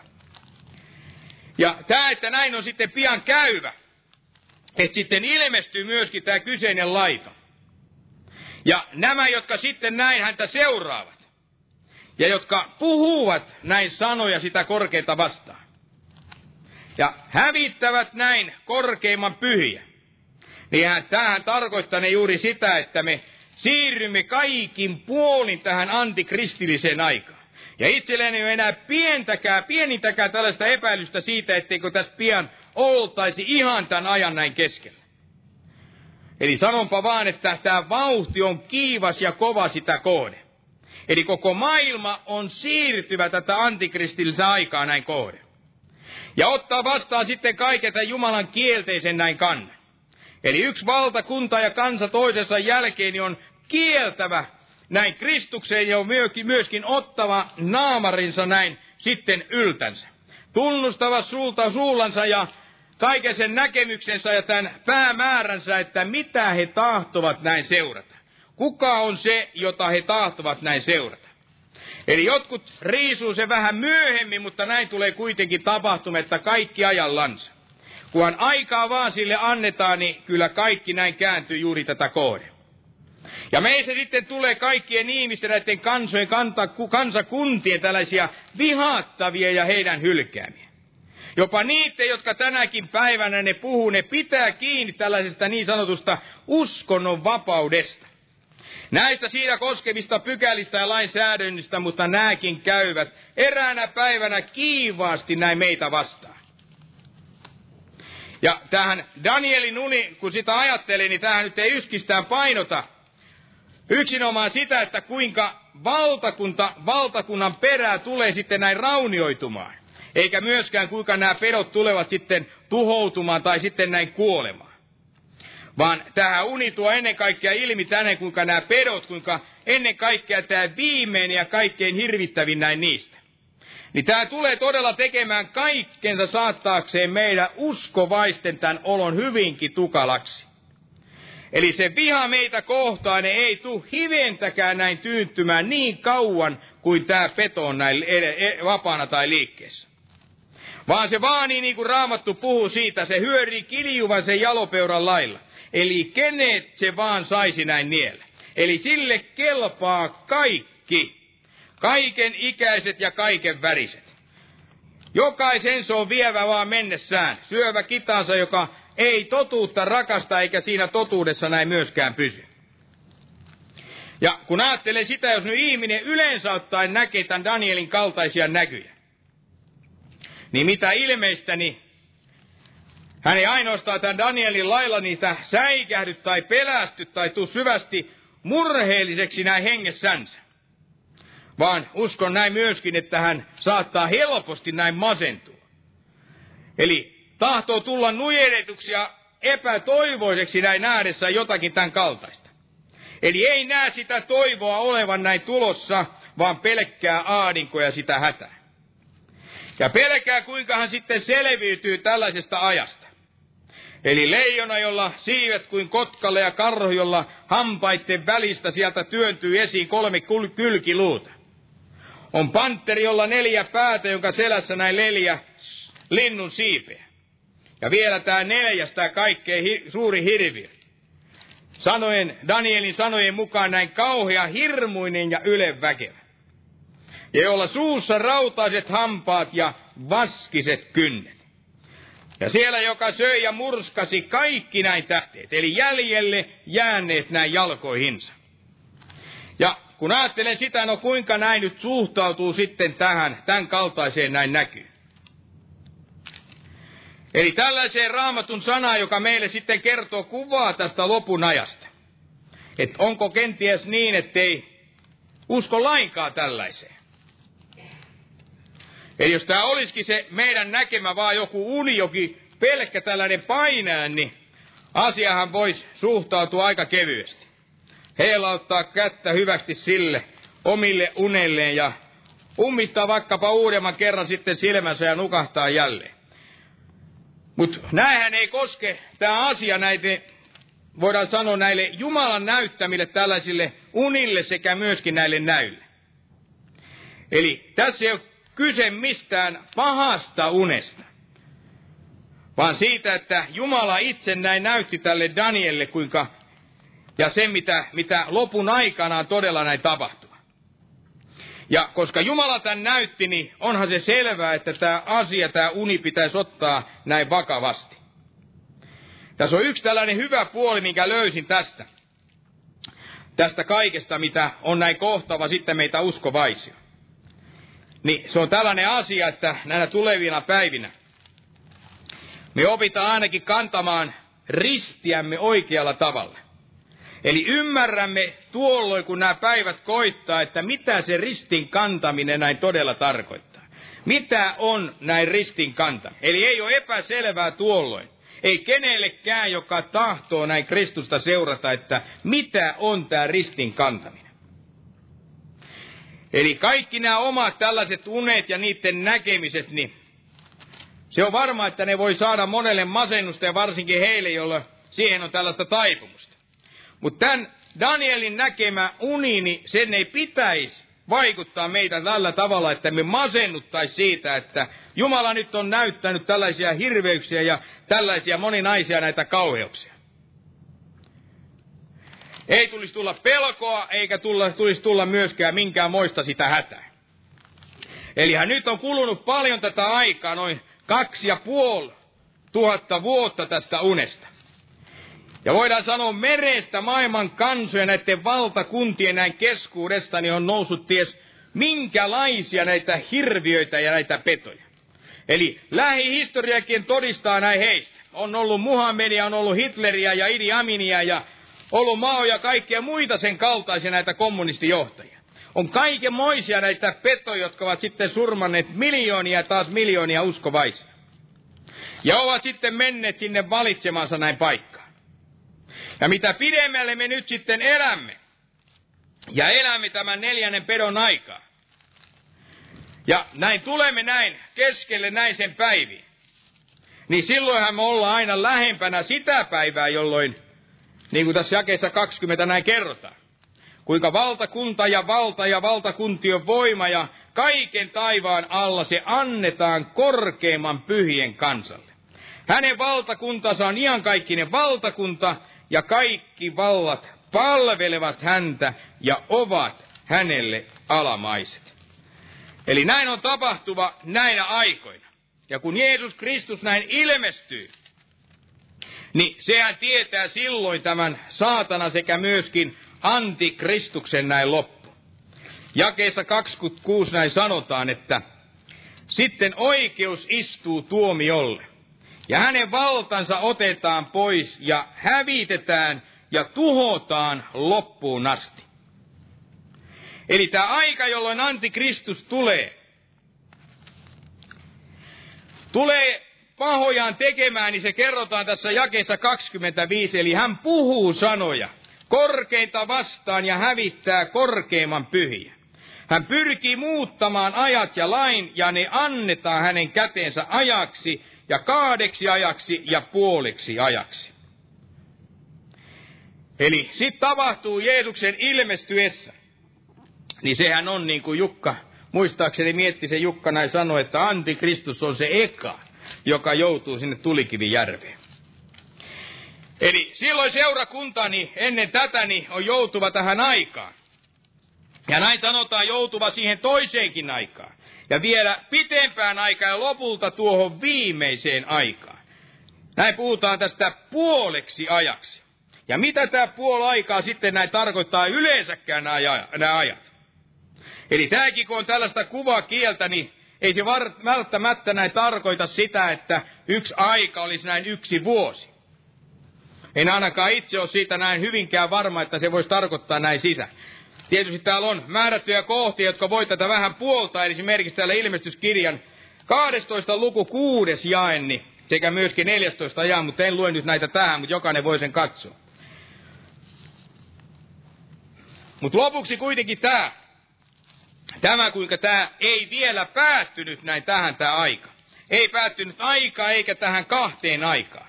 Speaker 2: Ja tämä, että näin on sitten pian käyvä, että sitten ilmestyy myöskin tämä kyseinen laito. Ja nämä, jotka sitten näin häntä seuraavat, ja jotka puhuvat näin sanoja sitä korkeinta vastaan, ja hävittävät näin korkeimman pyhiä, niin tämähän tarkoittaa juuri sitä, että me siirrymme kaikin puolin tähän antikristilliseen aikaan. Ja itselleni ei ole enää pienintäkään tällaista epäilystä siitä, etteikö tässä pian oltaisi ihan tämän ajan näin keskellä. Eli sanonpa vaan, että tämä vauhti on kiivas ja kova sitä kohde. Eli koko maailma on siirtyvä tätä antikristillistä aikaa näin kohde. Ja ottaa vastaan sitten kaiken tämän Jumalan kielteisen näin kannan. Eli yksi valtakunta ja kansa toisensa jälkeen niin on kieltävä näin Kristukseen ja on myöskin ottava naamarinsa näin sitten yltänsä. Tunnustava suullansa ja kaiken sen näkemyksensä ja tämän päämääränsä, että mitä he tahtovat näin seurata. Kuka on se, jota he tahtovat näin seurata? Eli jotkut riisuu se vähän myöhemmin, mutta näin tulee kuitenkin tapahtumaan, että kaikki ajallansa. Kunhan aikaa vaan sille annetaan, niin kyllä kaikki näin kääntyy juuri tätä kohden. Ja meissä sitten tulee kaikkien ihmisten näiden kansojen, kansakuntien tällaisia vihattavia ja heidän hylkäämiä. Jopa niitä, jotka tänäkin päivänä ne puhuu, ne pitää kiinni tällaisesta niin sanotusta uskonnon vapaudesta. Näistä siinä koskevista pykälistä ja lainsäädännöstä, mutta nämäkin käyvät eräänä päivänä kiivaasti näin meitä vastaan. Ja tähän Danielin uni, kun sitä ajattelin, niin tähän nyt ei yskistään painota yksinomaan sitä, että kuinka valtakunnan perää tulee sitten näin raunioitumaan. Eikä myöskään kuinka nämä pedot tulevat sitten tuhoutumaan tai sitten näin kuolemaan. Vaan tähän uni tuo ennen kaikkea ilmi tänne, kuinka nämä pedot, kuinka ennen kaikkea tämä viimeinen ja kaikkein hirvittävin näin niistä. Niin tämä tulee todella tekemään kaikkensa saattaakseen meidän uskovaisten tämän olon hyvinkin tukalaksi. Eli se viha meitä kohtaan ei tule hiventäkään näin tyyntymään niin kauan kuin tämä peto on näin vapaana tai liikkeessä. Vaan se vaanii, niin kuin Raamattu puhuu siitä, se hyörii kiljuvan sen jalopeuran lailla. Eli kenet se vaan saisi näin niellä. Eli sille kelpaa kaikki, kaiken ikäiset ja kaiken väriset. Jokaisen se on vievä vaan mennessään, syövä kitansa, joka ei totuutta rakasta eikä siinä totuudessa näin myöskään pysy. Ja kun ajattelee sitä, jos nyt ihminen yleensä ottaen näkee tämän Danielin kaltaisia näkyjä, niin mitä ilmeistä, niin hän ei ainoastaan tämän Danielin lailla niitä säikähdy tai pelästy tai tuu syvästi murheelliseksi näin hengessänsä, vaan uskon näin myöskin, että hän saattaa helposti näin masentua. Eli tahtoo tulla nujerretuksi ja epätoivoiseksi näin nähdessä jotakin tämän kaltaista. Eli ei näe sitä toivoa olevan näin tulossa, vaan pelkkää ahdinkoa ja sitä hätää. Ja pelkää, kuinka hän sitten selviytyy tällaisesta ajasta. Eli leijona, jolla siivet kuin kotkalle ja karhu, jolla hampaitten välistä sieltä työntyy esiin 3 kylkiluuta. On pantteri, jolla 4 päätä, jonka selässä näin 4 linnun siipeä. Ja vielä tämä 4, tämä kaikkein suuri hirviö. Danielin sanojen mukaan näin kauhea, hirmuinen ja ylenväkevä. Ja jolla suussa rautaiset hampaat ja vaskiset kynnet. Ja siellä, joka söi ja murskasi kaikki näin tähteet, eli jäljelle jääneet näin jalkoihinsa. Ja kun ajattelen sitä, no kuinka näin nyt suhtautuu sitten tähän, tämän kaltaiseen näin näkyy. Eli tällaiseen Raamatun sanaan, joka meille sitten kertoo kuvaa tästä lopun ajasta. Että onko kenties niin, ettei usko lainkaan tällaiseen. Eli jos tämä olisikin se meidän näkemä vaan joku uni, jokin pelkkä tällainen painaa, niin asiahan voisi suhtautua aika kevyesti. Heilauttaa kättä hyvästi sille omille unelleen ja ummistaa vaikkapa uudemman kerran sitten silmänsä ja nukahtaa jälleen. Mutta näinhän ei koske tämä asia näitä, voidaan sanoa näille Jumalan näyttämille tällaisille unille sekä myöskin näille näyille. Eli tässä ei ole kyse mistään pahasta unesta, vaan siitä, että Jumala itse näin näytti tälle Danielille, kuinka, ja se mitä lopun aikana todella näin tapahtuu. Ja koska Jumala tämän näytti, niin onhan se selvää, että tämä asia, tämä uni pitäisi ottaa näin vakavasti. Tässä on yksi tällainen hyvä puoli, minkä löysin tästä kaikesta, mitä on näin kohtava sitten meitä uskovaisia. Niin se on tällainen asia, että näinä tulevina päivinä me opitaan ainakin kantamaan ristiämme oikealla tavalla. Eli ymmärrämme tuolloin, kun nämä päivät koittaa, että mitä se ristin kantaminen näin todella tarkoittaa. Mitä on näin ristin kantaminen? Eli ei ole epäselvää tuolloin. Ei kenellekään, joka tahtoo näin Kristusta seurata, että mitä on tämä ristin kantaminen. Eli kaikki nämä omat tällaiset unet ja niiden näkemiset, niin se on varma, että ne voi saada monelle masennusta ja varsinkin heille, joilla siihen on tällaista taipumusta. Mutta tämän Danielin näkemä uni, niin sen ei pitäisi vaikuttaa meitä tällä tavalla, että me masennuttaisi siitä, että Jumala nyt on näyttänyt tällaisia hirveyksiä ja tällaisia moninaisia näitä kauheuksia. Ei tulisi tulla pelkoa, eikä tulisi tulla myöskään minkään moista sitä hätää. Eli nyt on kulunut paljon tätä aikaa, noin 2500 vuotta tästä unesta. Ja voidaan sanoa merestä maailman kansoja näiden valtakuntien näin keskuudesta, niin on noussut ties minkälaisia näitä hirviöitä ja näitä petoja. Eli lähihistoriakin todistaa näin heistä. On ollut Muhammedia, on ollut Hitleriä ja Idi Aminia ja ollut Mao ja kaikkia muita sen kaltaisia näitä kommunistijohtajia. On kaikenmoisia näitä petoja, jotka ovat sitten surmanneet miljoonia ja taas miljoonia uskovaisia. Ja ovat sitten menneet sinne valitsemansa näin paikkaan. Ja mitä pidemmälle me nyt sitten elämme, ja elämme tämän 4. pedon aikaa, ja näin tulemme näin keskelle näin sen päiviin, niin silloinhan me ollaan aina lähempänä sitä päivää, jolloin, niin kuin tässä jakeessa 20 näin kerrotaan, kuinka valtakunta ja valta ja valtakuntien voima ja kaiken taivaan alla se annetaan korkeimman pyhien kansalle. Hänen valtakuntansa on iankaikkinen valtakunta, ja kaikki vallat palvelevat häntä ja ovat hänelle alamaiset. Eli näin on tapahtuva näinä aikoina. ja kun Jeesus Kristus näin ilmestyy, niin sehän tietää silloin tämän saatana sekä myöskin antikristuksen näin loppu. Jakeessa 26 näin sanotaan, että sitten oikeus istuu tuomiolle, ja hänen valtansa otetaan pois ja hävitetään ja tuhotaan loppuun asti. Eli tämä aika, jolloin antikristus tulee pahojaan tekemään, niin se kerrotaan tässä jakeessa 25. Eli hän puhuu sanoja korkeinta vastaan ja hävittää korkeimman pyhiä. Hän pyrkii muuttamaan ajat ja lain, ja ne annetaan hänen käteensä ajaksi ja 2 ajaksi ja puoliksi ajaksi. Eli sitten tapahtuu Jeesuksen ilmestyessä. Niin sehän on niin kuin Jukka, muistaakseni mietti se Jukka näin sanoi, että antikristus on se eka, joka joutuu sinne Tulikivijärveen. Eli silloin seurakuntani ennen tätäni on joutuva tähän aikaan. Ja näin sanotaan joutuva siihen toiseenkin aikaan. Ja vielä pitempään aikaan ja lopulta tuohon viimeiseen aikaan. Näin puhutaan tästä puoleksi ajaksi. Ja mitä tämä puoli aikaa sitten näin tarkoittaa yleensäkään nämä ajat? Eli tämäkin kun on tällaista kuvakieltä, niin ei se välttämättä näin tarkoita sitä, että yksi aika olisi näin 1 vuosi. En ainakaan itse ole siitä näin hyvinkään varma, että se voisi tarkoittaa näin sisään. Tietysti täällä on määrättyjä kohtia, jotka voi tätä vähän puoltaa, eli esimerkiksi täällä ilmestyskirjan 12. luku 6. jae, sekä myöskin 14. jae, mutta en lue nyt näitä tähän, mutta jokainen voi sen katsoa. Mutta lopuksi kuitenkin tämä kuinka tämä ei vielä päättynyt näin tähän tämä aika. Ei päättynyt aika eikä tähän 2 aikaan.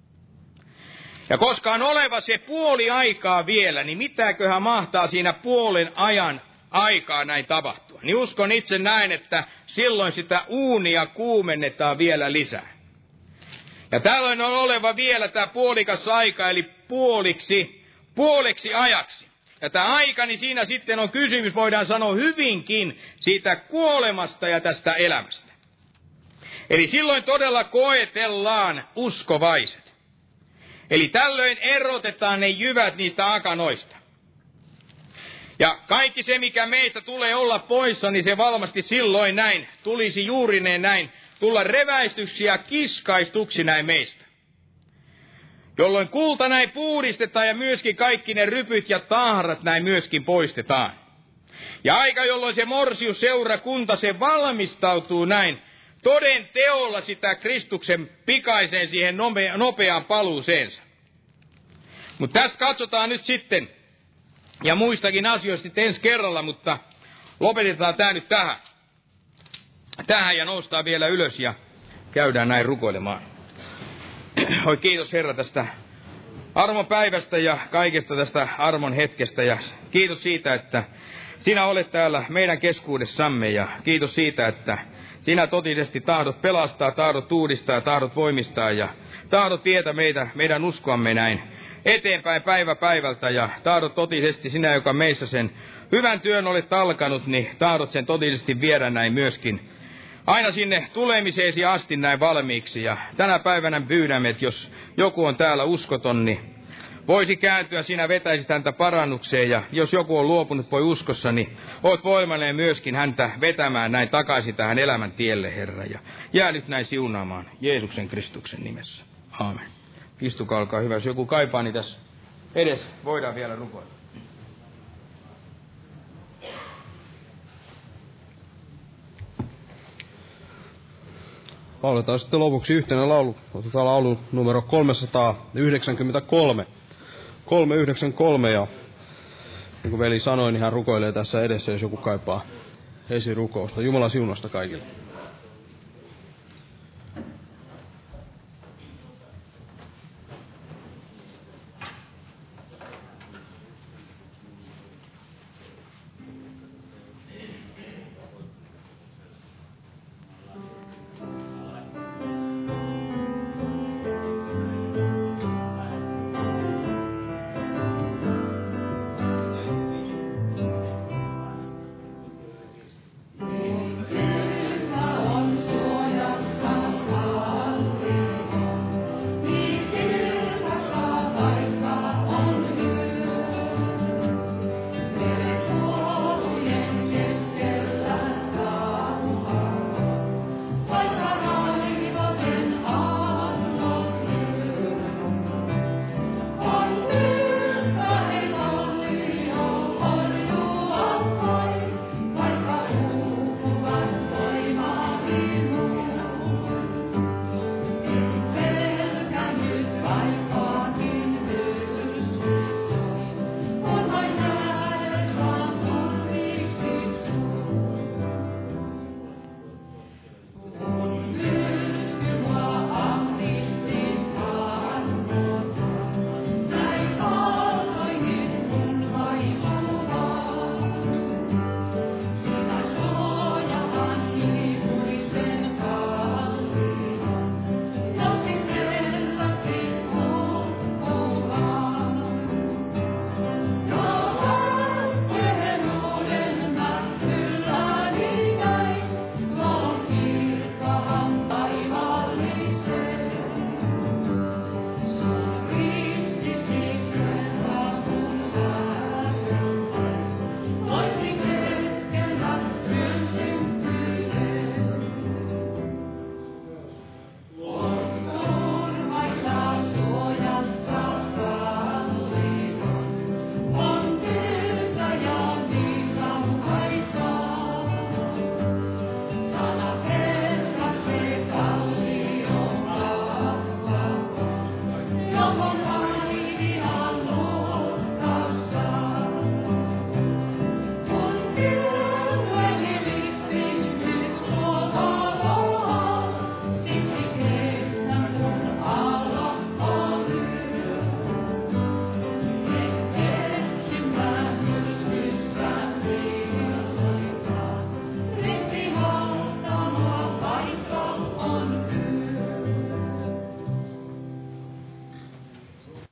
Speaker 2: Ja koska on oleva se puoli aikaa vielä, niin mitäköhän mahtaa siinä puolen ajan aikaa näin tapahtua? Niin uskon itse näin, että silloin sitä uunia kuumennetaan vielä lisää. Ja tällöin on oleva vielä tämä puolikas aika, eli puoleksi ajaksi. Ja tämä aika, niin siinä sitten on kysymys, voidaan sanoa hyvinkin, siitä kuolemasta ja tästä elämästä. Eli silloin todella koetellaan uskovaiset. Eli tällöin erotetaan ne jyvät niistä akanoista. Ja kaikki se, mikä meistä tulee olla poissa, niin se varmasti silloin näin tulisi juurineen näin tulla reväistyksi ja kiskaistuksi näin meistä. Jolloin kulta näin puhdistetaan ja myöskin kaikki ne rypyt ja tahrat näin myöskin poistetaan. Ja aika, jolloin se morsiusseurakunta, se valmistautuu näin toden teolla sitä Kristuksen pikaiseen siihen nopeaan paluuseensa. Mutta tässä katsotaan nyt sitten, ja muistakin asioista sitten ensi kerralla, mutta lopetetaan tämä nyt tähän ja noustaan vielä ylös ja käydään näin rukoilemaan. Oi kiitos Herra tästä armon päivästä ja kaikesta tästä armon hetkestä ja kiitos siitä, että sinä olet täällä meidän keskuudessamme ja kiitos siitä, että sinä totisesti tahdot pelastaa, tahdot uudistaa ja tahdot voimistaa ja tahdot viedä meidän uskoamme näin eteenpäin päivä päivältä ja tahdot totisesti sinä, joka meissä sen hyvän työn olet alkanut, niin tahdot sen totisesti viedä näin myöskin aina sinne tulemiseesi asti näin valmiiksi. Ja tänä päivänä pyydämme, että jos joku on täällä uskoton, niin voisi kääntyä, sinä vetäisit häntä parannukseen. Ja jos joku on luopunut voi uskossa, niin oot voimallinen myöskin häntä vetämään näin takaisin tähän elämän tielle, Herra. Ja jää nyt näin siunaamaan Jeesuksen Kristuksen nimessä. Aamen. Istukaa, olkaa hyvä. Jos joku kaipaa, niin tässä edes voidaan vielä rukoilla.
Speaker 1: Lauletaan sitten lopuksi yhtenä laulu. Otetaan laulu numero 393. 393 ja niin kuin veli sanoi, niin hän rukoilee tässä edessä, jos joku kaipaa esirukousta. Jumalan siunausta kaikille.